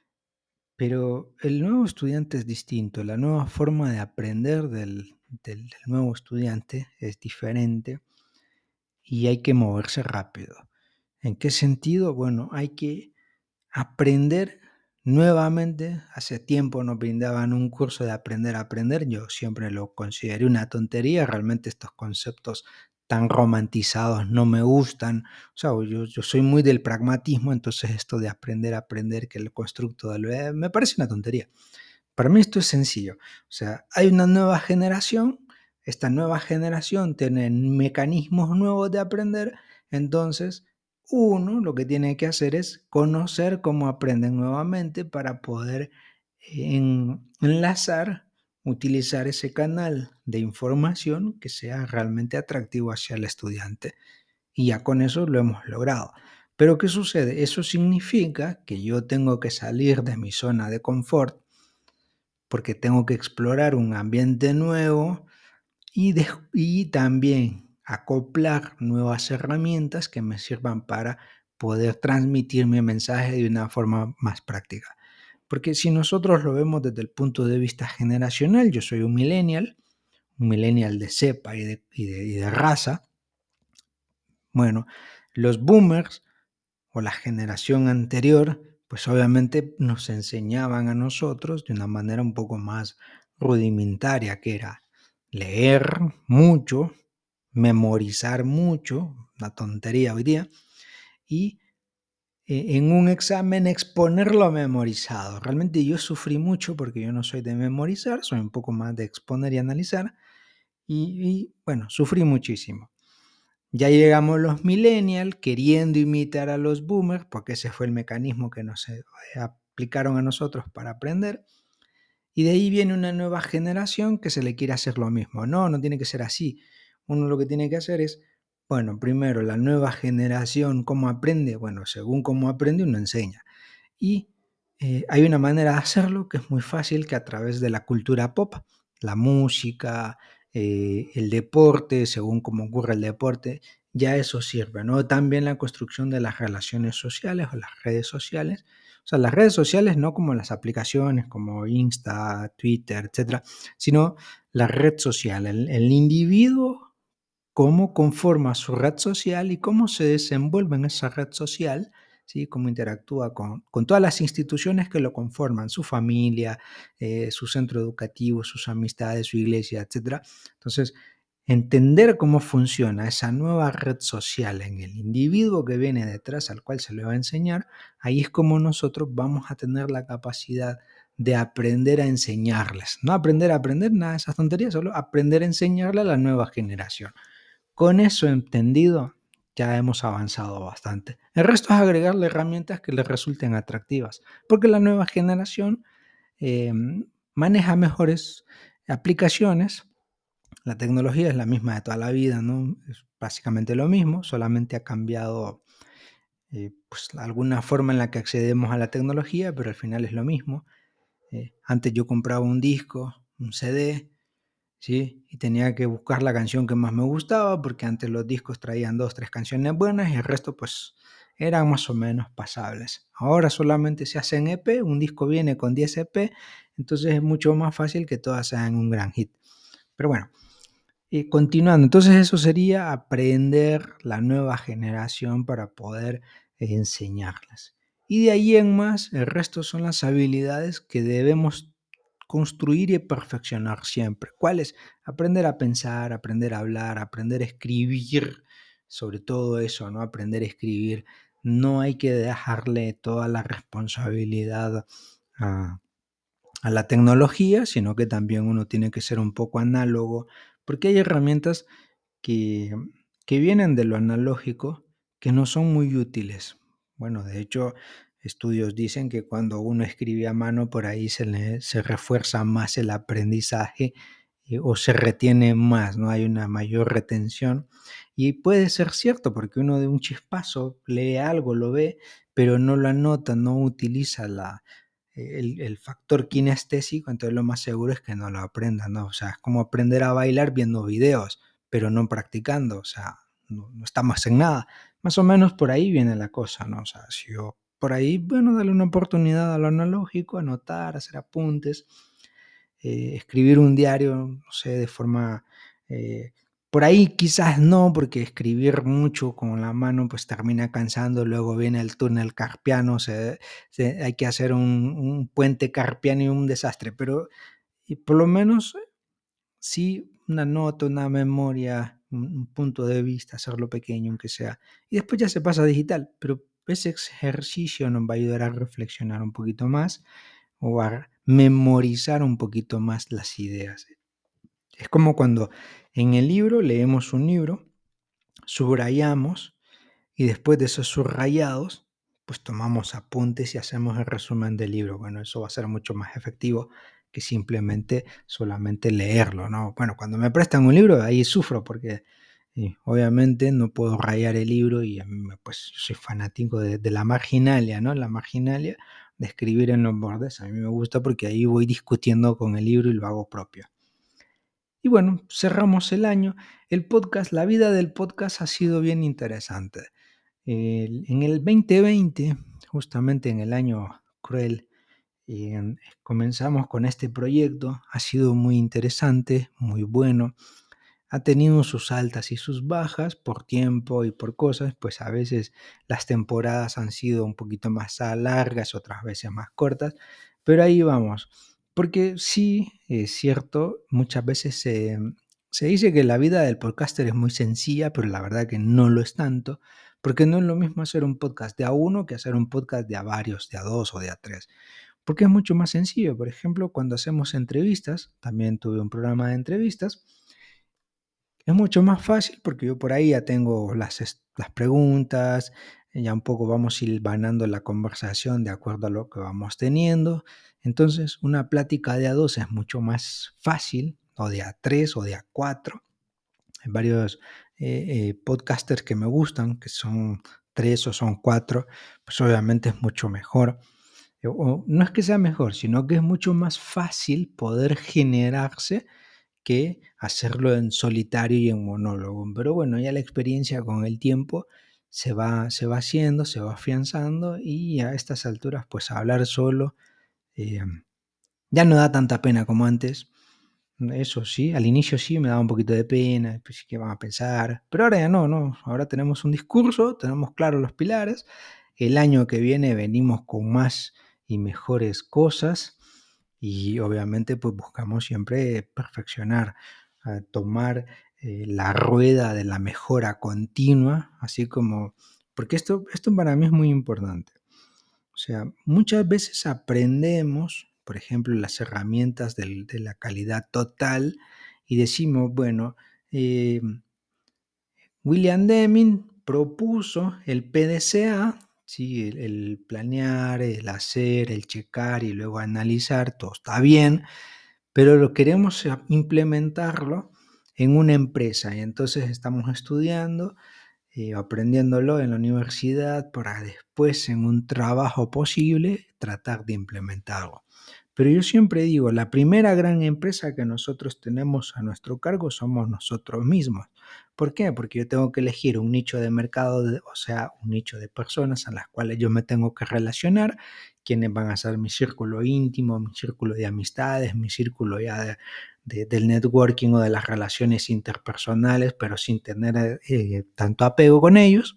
pero el nuevo estudiante es distinto. La nueva forma de aprender del, del del nuevo estudiante es diferente y hay que moverse rápido. ¿En qué sentido? Bueno, hay que aprender nuevamente. Hace tiempo nos brindaban un curso de aprender a aprender. Yo siempre lo consideré una tontería. Realmente estos conceptos tan romantizados no me gustan. O sea, yo, yo soy muy del pragmatismo, entonces esto de aprender a aprender, que el constructo del eh, me parece una tontería. Para mí esto es sencillo. O sea, hay una nueva generación, esta nueva generación tiene mecanismos nuevos de aprender, entonces uno lo que tiene que hacer es conocer cómo aprenden nuevamente para poder en- enlazar, utilizar ese canal de información que sea realmente atractivo hacia el estudiante. Y ya con eso lo hemos logrado. Pero ¿qué sucede? Eso significa que yo tengo que salir de mi zona de confort porque tengo que explorar un ambiente nuevo y, de- y también acoplar nuevas herramientas que me sirvan para poder transmitir mi mensaje de una forma más práctica. Porque si nosotros lo vemos desde el punto de vista generacional, yo soy un millennial, un millennial de cepa y de, y de, y de raza. Bueno, los boomers o la generación anterior, pues obviamente nos enseñaban a nosotros de una manera un poco más rudimentaria, que era leer mucho, memorizar mucho, una tontería hoy día, y eh, en un examen exponer lo memorizado. Realmente yo sufrí mucho porque yo no soy de memorizar, soy un poco más de exponer y analizar, y, y bueno, sufrí muchísimo. Ya llegamos los millennials queriendo imitar a los boomers, porque ese fue el mecanismo que nos eh, aplicaron a nosotros para aprender. Y de ahí viene una nueva generación que se le quiere hacer lo mismo. No, no tiene que ser así. Uno lo que tiene que hacer es, bueno, primero la nueva generación, ¿cómo aprende? Bueno, según cómo aprende, uno enseña. Y eh, hay una manera de hacerlo que es muy fácil, que a través de la cultura pop, la música, eh, el deporte, según cómo ocurre el deporte, ya eso sirve, ¿no? También la construcción de las relaciones sociales o las redes sociales. O sea, las redes sociales no como las aplicaciones como Insta, Twitter, etcétera, sino la red social, el, el individuo, cómo conforma su red social y cómo se desenvuelve en esa red social, ¿sí? Cómo interactúa con, con todas las instituciones que lo conforman, su familia, eh, su centro educativo, sus amistades, su iglesia, etcétera. Entonces, entender cómo funciona esa nueva red social en el individuo que viene detrás al cual se le va a enseñar, ahí es como nosotros vamos a tener la capacidad de aprender a enseñarles. No aprender a aprender nada de esas tonterías, solo aprender a enseñarle a la nueva generación. Con eso entendido, ya hemos avanzado bastante. El resto es agregarle herramientas que les resulten atractivas, porque la nueva generación eh, maneja mejores aplicaciones. La tecnología es la misma de toda la vida, ¿no? Es básicamente lo mismo, solamente ha cambiado eh, pues, alguna forma en la que accedemos a la tecnología, pero al final es lo mismo. Eh, antes yo compraba un disco, un C D, ¿sí? Y tenía que buscar la canción que más me gustaba, porque antes los discos traían dos, tres canciones buenas y el resto pues eran más o menos pasables. Ahora solamente se hacen E P, un disco viene con diez E P, entonces es mucho más fácil que todas sean un gran hit. Pero bueno, y continuando, entonces eso sería aprender la nueva generación para poder enseñarlas. Y de ahí en más, el resto son las habilidades que debemos construir y perfeccionar siempre. ¿Cuáles? Aprender a pensar, aprender a hablar, aprender a escribir, sobre todo eso, ¿no? Aprender a escribir. No hay que dejarle toda la responsabilidad a, a la tecnología, sino que también uno tiene que ser un poco análogo, porque hay herramientas que, que vienen de lo analógico que no son muy útiles. Bueno, de hecho, estudios dicen que cuando uno escribe a mano, por ahí se, le, se refuerza más el aprendizaje eh, o se retiene más, ¿no? Hay una mayor retención. Y puede ser cierto, porque uno de un chispazo lee algo, lo ve, pero no lo anota, no utiliza la, el, el factor kinestésico, entonces lo más seguro es que no lo aprenda, ¿no? O sea, es como aprender a bailar viendo videos, pero no practicando, o sea, no, no estamos en nada. Más o menos por ahí viene la cosa, ¿no? O sea, si yo por ahí, bueno, darle una oportunidad a lo analógico, anotar, hacer apuntes, eh, escribir un diario, no sé, de forma... eh, por ahí quizás no, porque escribir mucho con la mano pues termina cansando, luego viene el túnel carpiano, se, se- hay que hacer un, un puente carpiano y un desastre, pero y por lo menos sí una nota, una memoria, un, un punto de vista, hacerlo pequeño aunque sea, y después ya se pasa a digital, pero ese ejercicio nos va a ayudar a reflexionar un poquito más o a memorizar un poquito más las ideas. Es como cuando en el libro leemos un libro, subrayamos y después de esos subrayados, pues tomamos apuntes y hacemos el resumen del libro. Bueno, eso va a ser mucho más efectivo que simplemente solamente leerlo, ¿no? Bueno, cuando me prestan un libro, ahí sufro porque eh, obviamente no puedo rayar el libro y a mí me- pues yo soy fanático de, de la marginalia, ¿no? La marginalia de escribir en los bordes, a mí me gusta porque ahí voy discutiendo con el libro y lo hago propio. Y bueno, cerramos el año. El podcast, la vida del podcast ha sido bien interesante. El- en el dos mil veinte, justamente en el año cruel, eh, comenzamos con este proyecto. Ha sido muy interesante, muy bueno. Ha tenido sus altas y sus bajas por tiempo y por cosas, pues a veces las temporadas han sido un poquito más largas, otras veces más cortas, pero ahí vamos. Porque sí, es cierto, muchas veces se, se dice que la vida del podcaster es muy sencilla, pero la verdad que no lo es tanto, porque no es lo mismo hacer un podcast de a uno que hacer un podcast de a varios, de a dos o de a tres, porque es mucho más sencillo. Por ejemplo, cuando hacemos entrevistas, también tuve un programa de entrevistas, es mucho más fácil porque yo por ahí ya tengo las, es- las preguntas, eh, ya un poco vamos hilvanando la conversación de acuerdo a lo que vamos teniendo. Entonces, una plática de a dos es mucho más fácil, o de a tres o de a cuatro. Hay varios eh, eh, podcasters que me gustan, que son tres o son cuatro, pues obviamente es mucho mejor. Eh, o no es que sea mejor, sino que es mucho más fácil poder generarse que hacerlo en solitario y en monólogo. Pero bueno, ya la experiencia con el tiempo se va, se va haciendo, se va afianzando y a estas alturas pues hablar solo eh, ya no da tanta pena como antes. Eso sí, al inicio sí me daba un poquito de pena, pues qué van a pensar, pero ahora ya no, no, ahora tenemos un discurso, tenemos claros los pilares, el año que viene venimos con más y mejores cosas y obviamente pues buscamos siempre perfeccionar, a tomar eh, la rueda de la mejora continua, así como, porque esto, esto para mí es muy importante. O sea, muchas veces aprendemos, por ejemplo, las herramientas del- de la calidad total y decimos, bueno, eh, William Deming propuso el P D C A, ¿sí? el, el planear, el hacer, el checar y luego analizar, todo está bien, pero lo queremos a- implementarlo en una empresa y entonces estamos estudiando eh, aprendiéndolo en la universidad para después en un trabajo posible tratar de implementarlo. Pero yo siempre digo, la primera gran empresa que nosotros tenemos a nuestro cargo somos nosotros mismos. ¿Por qué? Porque yo tengo que elegir un nicho de mercado, de- o sea, un nicho de personas a las cuales yo me tengo que relacionar, quienes van a ser mi círculo íntimo, mi círculo de amistades, mi círculo ya de, de- del networking o de las relaciones interpersonales, pero sin tener eh, tanto apego con ellos.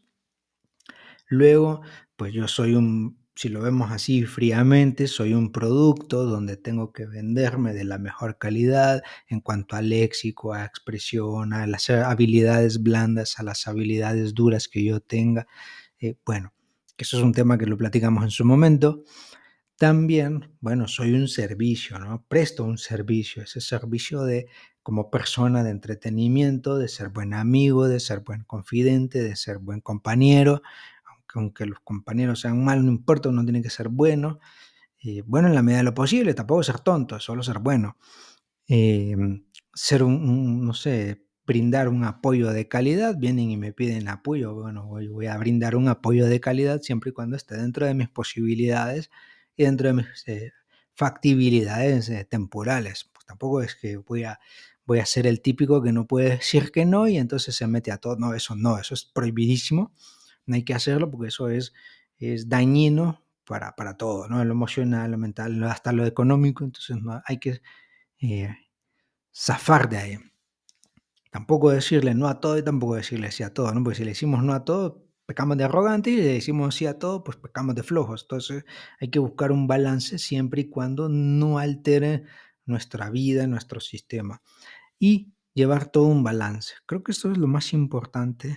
Luego, pues yo soy un, si lo vemos así fríamente, soy un producto donde tengo que venderme de la mejor calidad en cuanto al léxico, a expresión, a las habilidades blandas, a las habilidades duras que yo tenga. Eh, bueno, que eso es un tema que lo platicamos en su momento. También, bueno, soy un servicio, ¿no? Presto un servicio, ese servicio de como persona de entretenimiento, de ser buen amigo, de ser buen confidente, de ser buen compañero, aunque, aunque los compañeros sean malos, no importa, uno tiene que ser bueno, eh, bueno en la medida de lo posible, tampoco ser tonto, solo ser bueno. Eh, ser un, un, no sé, brindar un apoyo de calidad, vienen y me piden apoyo, bueno, voy, voy a brindar un apoyo de calidad siempre y cuando esté dentro de mis posibilidades y dentro de mis eh, factibilidades eh, temporales. Pues tampoco es que voy a, voy a ser el típico que no puede decir que no y entonces se mete a todo. No, eso no, eso es prohibidísimo. No hay que hacerlo porque eso es, es dañino para, para todo, ¿no? Lo emocional, lo mental, hasta lo económico. Entonces no, hay que eh, zafar de ahí. Tampoco decirle no a todo y tampoco decirle sí a todo, ¿no? Porque si le decimos no a todo, pecamos de arrogante y le decimos sí a todo, pues pecamos de flojos. Entonces hay que buscar un balance siempre y cuando no altere nuestra vida, nuestro sistema. Y llevar todo un balance. Creo que esto es lo más importante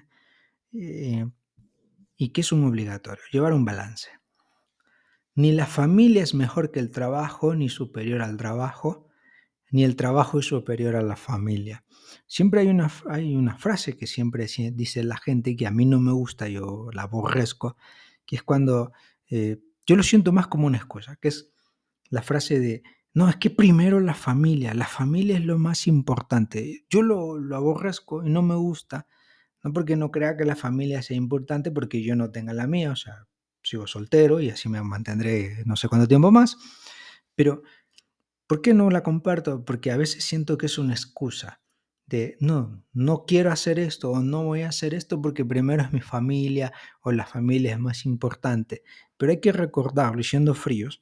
eh, y que es un obligatorio, llevar un balance. Ni la familia es mejor que el trabajo, ni superior al trabajo, ni el trabajo es superior a la familia. Siempre hay una, hay una frase que siempre dice la gente que a mí no me gusta, yo la aborrezco, que es cuando eh, yo lo siento más como una excusa, que es la frase de, no, es que primero la familia, la familia es lo más importante. Yo lo, lo aborrezco y no me gusta, no porque no crea que la familia sea importante, porque yo no tenga la mía, o sea, sigo soltero y así me mantendré no sé cuánto tiempo más, pero ¿por qué no la comparto? Porque a veces siento que es una excusa de, no, no quiero hacer esto o no voy a hacer esto porque primero es mi familia o la familia es más importante. Pero hay que recordarlo, y siendo fríos,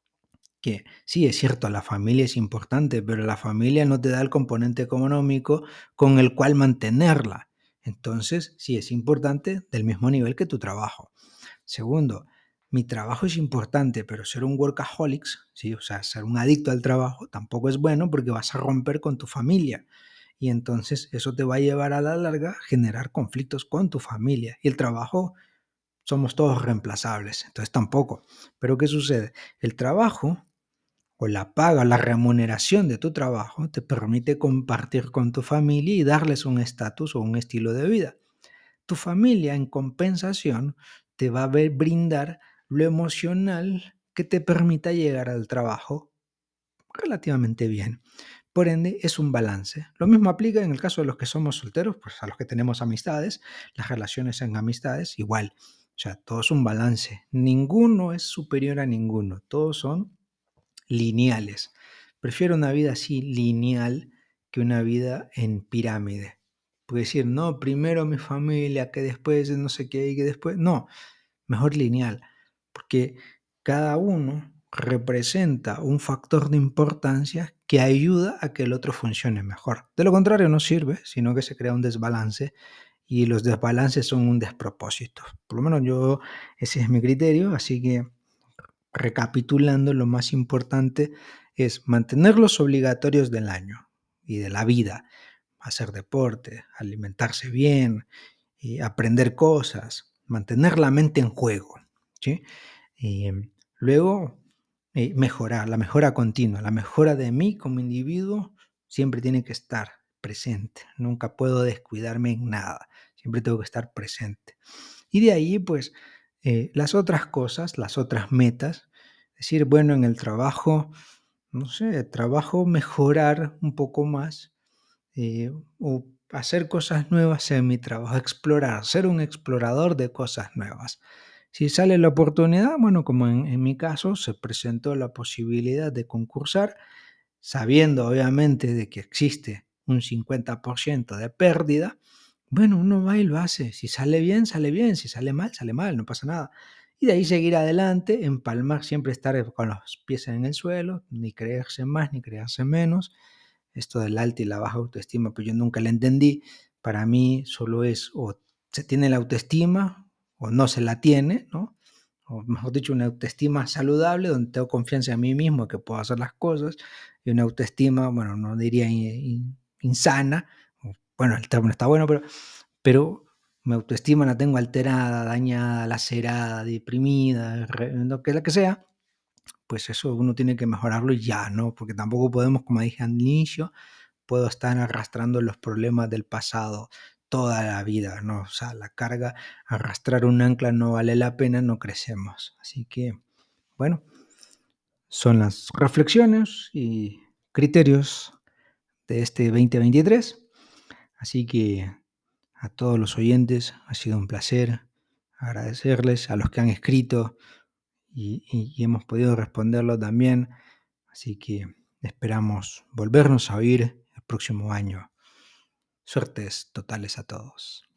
que sí, es cierto, la familia es importante, pero la familia no te da el componente económico con el cual mantenerla. Entonces, sí, es importante del mismo nivel que tu trabajo. Segundo, mi trabajo es importante, pero ser un workaholic, ¿sí? O sea, ser un adicto al trabajo tampoco es bueno porque vas a romper con tu familia. Y entonces eso te va a llevar a la larga a generar conflictos con tu familia. Y el trabajo somos todos reemplazables, entonces tampoco. Pero ¿qué sucede? El trabajo o la paga, la remuneración de tu trabajo te permite compartir con tu familia y darles un estatus o un estilo de vida. Tu familia, en compensación, te va a ver brindar lo emocional que te permita llegar al trabajo relativamente bien. Por ende, es un balance. Lo mismo aplica en el caso de los que somos solteros, pues a los que tenemos amistades, las relaciones en amistades, igual. O sea, todo es un balance. Ninguno es superior a ninguno. Todos son lineales. Prefiero una vida así lineal que una vida en pirámide. Puede decir, no, primero mi familia, que después no sé qué, y que después... No, mejor lineal, porque cada uno representa un factor de importancia que ayuda a que el otro funcione mejor. De lo contrario, no sirve, sino que se crea un desbalance y los desbalances son un despropósito. Por lo menos yo, ese es mi criterio, así que recapitulando, lo más importante es mantener los obligatorios del año y de la vida, hacer deporte, alimentarse bien, y aprender cosas, mantener la mente en juego, ¿sí? Y luego, eh, mejorar, la mejora continua, la mejora de mí como individuo siempre tiene que estar presente. Nunca puedo descuidarme en nada, siempre tengo que estar presente. Y de ahí, pues, eh, las otras cosas, las otras metas, decir, bueno, en el trabajo, no sé, trabajo mejorar un poco más eh, o hacer cosas nuevas en mi trabajo, explorar, ser un explorador de cosas nuevas. Si sale la oportunidad, bueno, como en, en mi caso, se presentó la posibilidad de concursar, sabiendo obviamente de que existe un cincuenta por ciento de pérdida, bueno, uno va y lo hace. Si sale bien, sale bien. Si sale mal, sale mal, no pasa nada. Y de ahí seguir adelante, empalmar, siempre estar con los pies en el suelo, ni creerse más, ni creerse menos. Esto del alta y la baja autoestima, pues yo nunca la entendí. Para mí solo es o se tiene la autoestima o no se la tiene, ¿no? O mejor dicho, una autoestima saludable donde tengo confianza en mí mismo que puedo hacer las cosas y una autoestima, bueno, no diría in- in- insana, o, bueno, el término está bueno, pero, pero mi autoestima la tengo alterada, dañada, lacerada, deprimida, re- lo que, la que sea, pues eso uno tiene que mejorarlo ya, ¿no? Porque tampoco podemos, como dije al inicio, puedo estar arrastrando los problemas del pasado toda la vida, ¿no? O sea, la carga, arrastrar un ancla no vale la pena, no crecemos. Así que, bueno, son las reflexiones y criterios de este veinte veintitrés. Así que a todos los oyentes ha sido un placer agradecerles, a los que han escrito y, y- y hemos podido responderlo también. Así que esperamos volvernos a oír el próximo año. Suertes totales a todos.